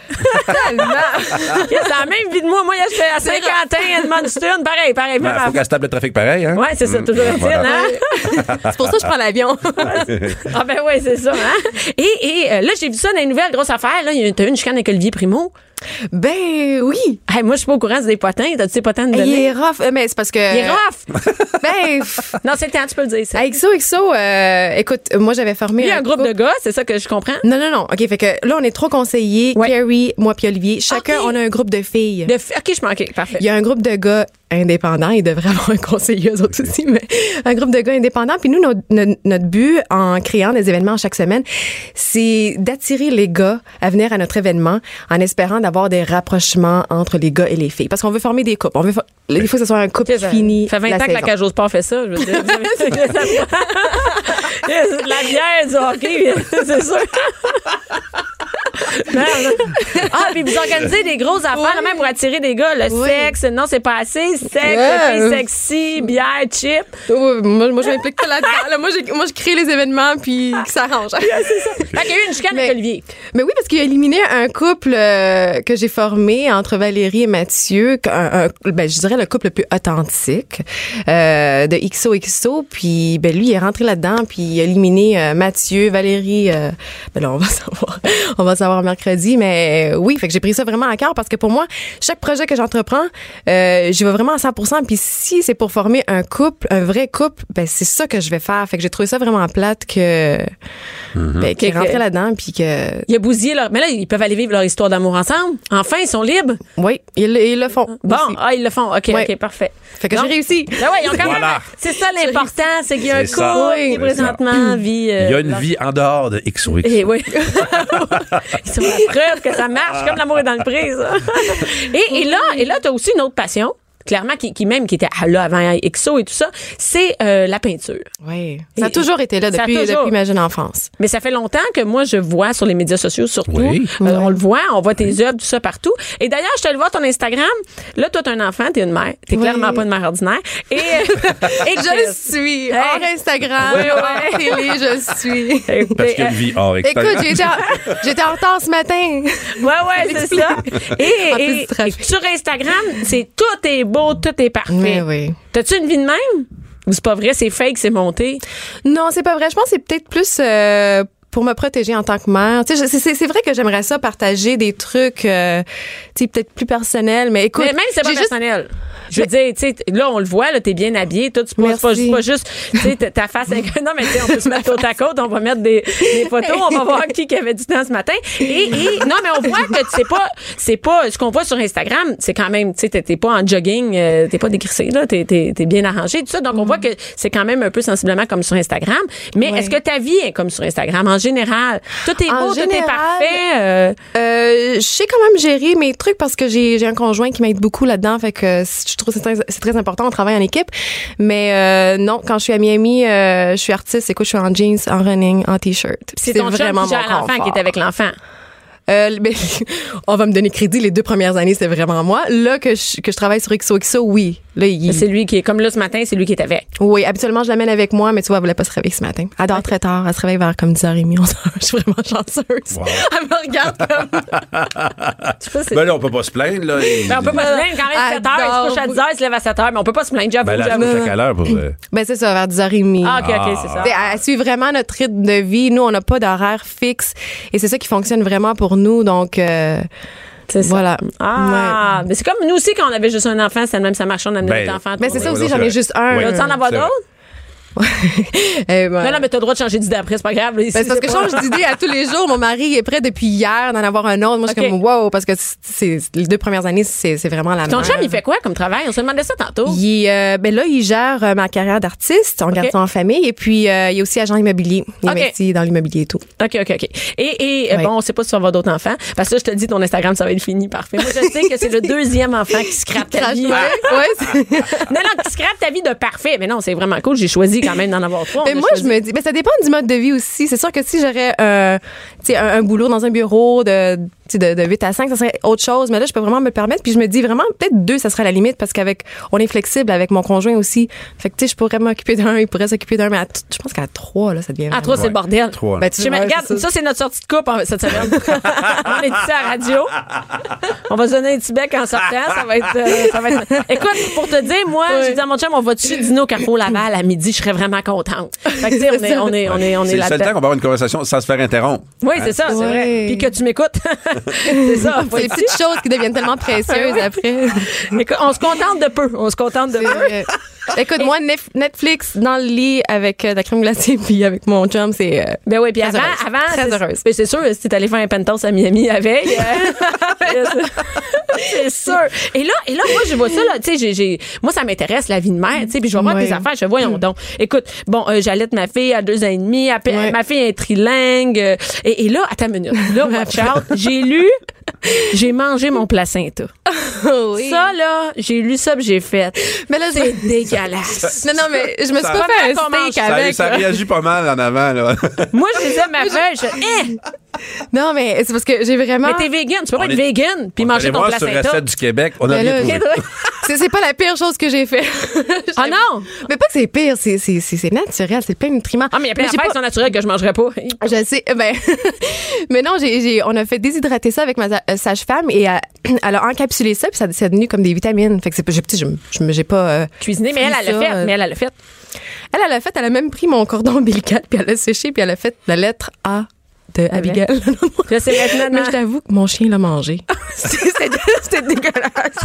C'est la même vie de moi. Moi, j'étais à Saint-Quentin, Edmundston, pareil, pareil. Ben, même faut qu'elle se tape le trafic pareil, hein? Ouais, c'est ça, Mm. toujours utile, Voilà. hein? c'est pour ça que je prends l'avion. Ah ben oui, c'est ça, hein? Et, et euh, là, j'ai vu ça dans les nouvelles, grosse affaire. Là, il y a t'as eu une chicane avec Olivier Primo. Ben oui. Hey, moi, je suis pas au courant, c'est des potins. T'as-tu des potins de Il donner? est rough. Euh, Mais c'est parce que. Il est rough! Ben, pff, Non, c'est le temps, tu peux le dire. Ça. avec ça, avec ça, euh, écoute, moi, j'avais formé. Il y a un groupe de gars, c'est ça que je comprends? Non, non, non. OK, fait que là, on est trois conseillers. Ouais. Carrie, moi puis Olivier. Chacun, OK. on a un groupe de filles. De fi- OK, je manquais. Parfait. Il y a un groupe de gars indépendants. Ils devraient avoir un conseiller, eux autres aussi, mais un groupe de gars indépendants. Puis nous, notre, notre, notre but en créant des événements chaque semaine, c'est d'attirer les gars à venir à notre événement en espérant d'avoir des rapprochements entre les gars et les filles. Parce qu'on veut former des couples. On veut fa- il faut que ce soit un couple Tu sais, ça fini. fait vingt la ans que la saison. cage au sport fait ça, je veux dire. La bière, du hockey, c'est sûr. Merde. Ah, puis vous organisez des grosses affaires, même pour attirer des gars. Le Oui. sexe, non, c'est pas assez. Sexe, Ouais. filles sexy, bière, chip. Oh, moi, moi, je m'implique pas là-dedans. Là, moi, j'ai- moi, je crée les événements puis que ça arrange. Fait qu'il y a eu une chicane avec Mais- Olivier. Mais oui, parce qu'il a éliminé un couple euh, que j'ai formé entre Valérie et Mathieu, un, un- ben, je dirais le couple le plus authentique euh, de X O X O. Puis ben, lui, il est rentré là-dedans, puis il a éliminé euh, Mathieu, Valérie. Euh, ben là, on va savoir, on va savoir mercredi. Mais euh, oui, fait que j'ai pris ça vraiment à cœur parce que pour moi, chaque projet que j'entreprends, euh, j'y vais vraiment à cent pour cent. Puis si c'est pour former un couple, un vrai couple, ben c'est ça que je vais faire. Fait que j'ai trouvé ça vraiment plate que ben, qu'il est Que- rentré là-dedans, puis que Il a bousillé leur. Mais là, ils peuvent aller vivre leur histoire d'amour ensemble. Enfin, ils sont libres. oui, ils, ils le font. Bon, aussi. ah, ils le font. OK, Ouais. OK, parfait. Fait que Donc- j'ai réussi. Ben ouais, ils ont quand même. Voilà. C'est ça l'important, c'est qu'il y a un C'est ça. couple Oui. qui présentement vit. euh, Il y a une leur- vie en dehors de X O X. Et oui. Ils sont la preuve que ça marche, comme l'amour est dans le prix, ça. et, et là, et là, t'as aussi une autre passion. Clairement, qui, qui même qui était là avant X O et tout ça, c'est euh, la peinture. Oui. Ça a Et- toujours été là Ça a depuis, toujours. depuis ma jeune enfance. Mais ça fait longtemps que moi, je vois sur les médias sociaux, surtout. Oui. Euh, on le voit, on voit tes œuvres, tout ça partout. Et d'ailleurs, je te le vois, ton Instagram. Là, toi, t'es un enfant, t'es une mère. T'es Oui. clairement pas une mère ordinaire. Et, et Je suis Hey. hors Instagram, Oui, oui. hors télé, je suis. Parce qu'il y a une vie hors Écoute, extérieur. j'ai été en- j'étais en retard ce matin. Ouais, ouais, c'est ça. Et, En plus et- du trafic. et sur Instagram, c'est tout est beau, tout est parfait. Oui, oui. T'as-tu une vie de même? Ou c'est pas vrai, c'est fake, c'est monté? Non, c'est pas vrai. Je pense que c'est peut-être plus euh, pour me protéger en tant que mère. Tu sais, je- c'est, c'est- c'est vrai que j'aimerais ça partager des trucs, euh, tu sais, peut-être plus personnels, mais écoute, Mais même si c'est pas j'ai juste- personnel. Je veux dire, tu sais, là, on le voit, là, t'es bien habillé, tout, c'est pas, c'est pas, Merci. c'est pas juste, tu sais, ta- ta face, avec- non, mais tu sais, on peut se mettre côte à côte, on va mettre des, des photos, on va voir qui qui avait du temps ce matin. Et, et non, mais on voit que c'est pas, c'est pas, ce qu'on voit sur Instagram, c'est quand même, tu sais, t'es, t'es pas en jogging, euh, t'es pas décrissé, là, t'es, t'es, t'es bien arrangé, tout ça. Donc, on voit que c'est quand même un peu sensiblement comme sur Instagram. Mais Ouais. est-ce que ta vie est comme sur Instagram? En général. Tout est En beau, général, tout est parfait. Euh... Euh, je sais quand même gérer mes trucs parce que j'ai, j'ai un conjoint qui m'aide beaucoup là-dedans. Fait que je trouve que c'est très, c'est très important. On travaille en équipe. Mais euh, non, quand je suis à Miami, euh, je suis artiste. Écoute, je suis en jeans, en running, en t-shirt. C'est, c'est ton vraiment chum qui gère mon l'enfant confort. qui est avec l'enfant. Euh, ben, on va me donner crédit. Les deux premières années, c'est vraiment moi. Là que je, que je travaille sur X O X O, oui. Là, il... C'est lui qui est comme là ce matin, c'est lui qui est avec. Oui, habituellement, je l'amène avec moi, mais tu vois, elle voulait pas se réveiller ce matin. Elle dort très tard. Elle se réveille vers comme dix heures trente, onze heures. Je suis vraiment chanceuse. Wow. Elle me regarde comme... Tu sais, c'est... Ben là, on peut pas se plaindre, là. Ben, on peut pas se plaindre quand même sept heures, il se couche à dix heures, il se lève à sept heures, mais on peut pas se plaindre, j'avoue. Ben là, j'avoue. elle se couche à quelle heure pour... euh, Ben, c'est ça, vers dix heures trente. Ah, OK, OK, c'est ça. T'sais, Elle suit vraiment notre rythme de vie. Nous, on n'a pas d'horaire fixe. Et c'est ça qui fonctionne vraiment pour nous. Donc, euh, c'est ça. voilà. Ah, Ouais. mais c'est comme nous aussi, quand on avait juste un enfant, c'était le même, ça marchait, on amenait Ben, notre enfant. Mais c'est ça Ouais, aussi, ouais, j'en c'est ai juste un. Ouais. Veux-tu en avoir C'est vrai. d'autres? Eh ben, Non, non, mais t'as le droit de changer d'idée après, c'est pas grave. ben, c'est parce que je change d'idée à tous les jours. Mon mari est prêt depuis hier d'en avoir un autre. Moi, je suis OK. comme wow, parce que c'est, les deux premières années, c'est, c'est vraiment la Ton merde. chum, il fait quoi comme travail? On se demandait ça tantôt. Il, euh, ben là, il gère euh, ma carrière d'artiste, on garde ça en famille. Et puis, euh, il est aussi agent immobilier. Il OK. investit dans l'immobilier et tout. OK, OK, OK. Et, et euh, Oui. bon, on sait pas si tu vas avoir d'autres enfants. Parce que là, je te dis, ton Instagram, ça va être fini. Parfait. Moi, je sais que c'est le deuxième enfant qui scrape ta vie. Ouais, ouais, c'est- Non, non, qui scrape ta vie de parfait. Mais non, c'est vraiment cool. J'ai choisi quand même d'en avoir trois. Mais On a moi, choisi. je me dis, ben, ça dépend du mode de vie aussi. C'est sûr que si j'aurais euh, tu sais, un, un boulot dans un bureau de, tu sais, de, de huit à cinq, ça serait autre chose. Mais là, je peux vraiment me le permettre. Puis je me dis vraiment, peut-être deux, ça serait la limite parce qu'avec, on est flexible avec mon conjoint aussi. Fait que, tu sais, je pourrais m'occuper d'un, il pourrait s'occuper d'un. Mais à t- je pense qu'à trois, là, ça devient. Ah, toi, c'est le bordel. Trois. Ben, tu Je sais, mais vois, regarde, c'est ça, c'est notre sortie de coupe en- cette semaine. On est ici à la radio. On va se donner un petit bec en sortant. Ça va être, euh, ça va être... Écoute, pour te dire, moi, j'ai dit à mon chum, on va dessus dîner au Carrefour Laval à midi. Je serais vraiment contente. Fait que, tu sais, on est, on est, on est, on est C'est le seul temps là-dedans. qu'on va avoir une conversation sans se faire interrompre. Oui, c'est ça, c'est Ouais. vrai. Puis que tu m'écoutes. C'est ça. Faut C'est les être- petites choses qui deviennent tellement précieuses après. Écoute, on se contente de peu. On se contente de peu. C'est- Écoute, moi, Nef- Netflix dans le lit avec euh, de la crème glacée puis avec mon chum, c'est. euh, Ben oui, puis Très avant, heureuse. avant Très c'est, heureuse. ben c'est sûr, si t'es allé faire un penthouse à Miami avec, euh, c'est sûr. Et là, et là, moi, je vois ça, là, tu sais, j'ai, j'ai, moi, ça m'intéresse, la vie de mère, tu sais, puis je vais voir Ouais. tes affaires, je fais, voyons donc. Écoute, bon, euh, j'allaite ma fille à deux ans et demi, elle- Ouais. ma fille est trilingue, euh, et, et là, attends une minute, là, watch out, j'ai lu, j'ai mangé mon placenta. oui. Ça, là, j'ai lu ça, puis j'ai fait. Mais là, C'est je... dégueulasse. Non, non, mais je me suis Ça- pas fait un Comment qu'on steak Ça, avec. ça là. réagit pas mal en avant, là. Moi, je disais ma feuille, je fais, eh! Non, mais c'est parce que j'ai vraiment. Mais t'es vegan, tu peux pas On être est- vegan puis On manger allait ton voir sur placenta. Recette du Québec, on a Mais rien là, trouvé. c'est, c'est pas la pire chose que j'ai fait. Ah non! Mais pas que c'est pire, c'est, c'est, c'est, c'est naturel, c'est plein de nutriments. Ah, mais il y a plein Mais j'ai d'affaires qui sont naturelles que je mangerais pas. Je sais, ben, mais non, j'ai, j'ai, on a fait déshydrater ça avec ma euh, sage-femme et euh, elle a encapsulé ça puis ça c'est devenu comme des vitamines. Fait que c'est pas, j'ai, je, je, j'ai pas euh, Cuisiner, mais elle, elle l'a ça, fait. euh, Mais elle, elle l'a fait. Elle, elle a fait, elle a même pris mon cordon ombilical puis elle l'a séché puis elle a fait la lettre A de Abigail. Là, c'est maintenant. Mais je t'avoue que mon chien l'a mangé. C'était, c'était dégueulasse.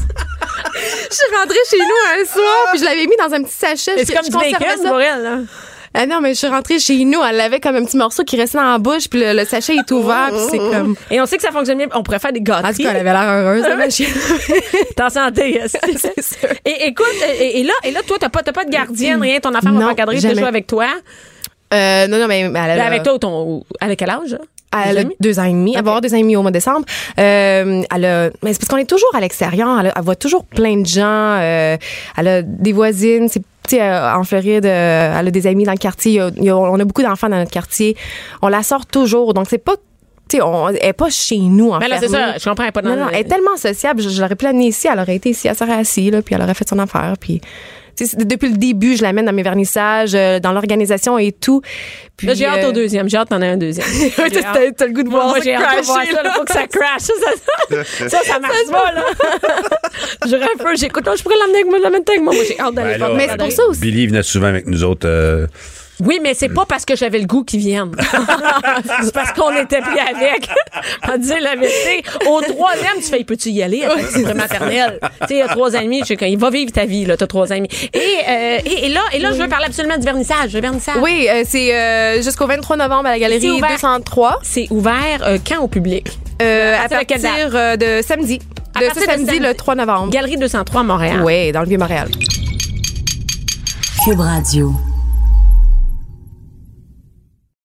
Je suis rentrée chez nous un soir puis je l'avais mis dans un petit sachet. C'est Je- comme je du conservais bacon ça. pour elle, là. Ah non, mais je suis rentrée chez nous, elle avait comme un petit morceau qui restait dans la bouche, puis le, le sachet est ouvert, puis c'est comme... Et on sait que ça fonctionne bien. On pourrait faire des En tout gâteries. cas, elle avait l'air heureuse, la ma chienne. T'es en santé. C'est sûr. Et écoute, et, et là, et là, toi, t'as pas, t'as pas de gardienne, rien. Ton enfant va Non, pas encadrer, t'es jamais. joué avec toi. Euh, non, non, mais elle a... Là, avec toi, ou ton, avec quel âge? là? Elle a Deux ans et demi? deux ans et demi. Elle va avoir deux ans et demi au mois de décembre. Euh, elle a, mais c'est parce qu'on est toujours à l'extérieur. Elle, a- elle voit toujours plein de gens. Euh, elle a des voisines. C'est, tu sais, euh, en Floride, euh, elle a des amis dans le quartier. Il y a- il y a- on a beaucoup d'enfants dans notre quartier. On la sort toujours. Donc, c'est pas, tu sais, on, elle est pas chez nous, en Mais fait. là, c'est ça. Je comprends elle est pas dans Non, non, le- elle est tellement sociable. Je, je l'aurais pu l'amener ici. Elle aurait été ici. Elle serait assise, là, puis elle aurait fait son affaire. Puis, tu sais, c'est- depuis le début, je l'amène dans mes vernissages, euh, dans l'organisation et tout. Puis, Là, j'ai hâte euh, au deuxième. J'ai hâte d'en avoir un deuxième. t'as, t'as- t'as le goût de Moi, voir moi, ça j'ai hâte de voir crasher, ça. Il là. faut que ça crash. Ça, ça, ça, ça marche pas, là. J'aurais un peu. J'écoute, oh, je pourrais l'amener avec moi, l'amener avec moi. Moi, j'ai hâte d'aller Ben faire là, mes Mais c'est pour galeries. ça aussi. Billy venait souvent avec nous autres. euh, Oui, mais c'est pas parce que j'avais le goût qu'ils viennent. C'est parce qu'on était pris avec. On disait la vérité. Au troisième, tu fais, peux-tu y aller après c'est maternelle? Tu sais, il y a trois ans et demi, je sais quand il va vivre ta vie, là, t'as trois ans et demi. Et, euh, et, et là, et là, je veux parler absolument du vernissage. Le vernissage. Oui, euh, c'est euh, jusqu'au vingt-trois novembre à la C'est galerie ouvert. deux cent trois. C'est ouvert euh, quand au public? Euh, À à partir de quelle partir euh, de samedi. À De partir ce de samedi, samedi. le trois novembre. Galerie deux cent trois à Montréal. Oui, dans le Vieux-Montréal. Cube Radio.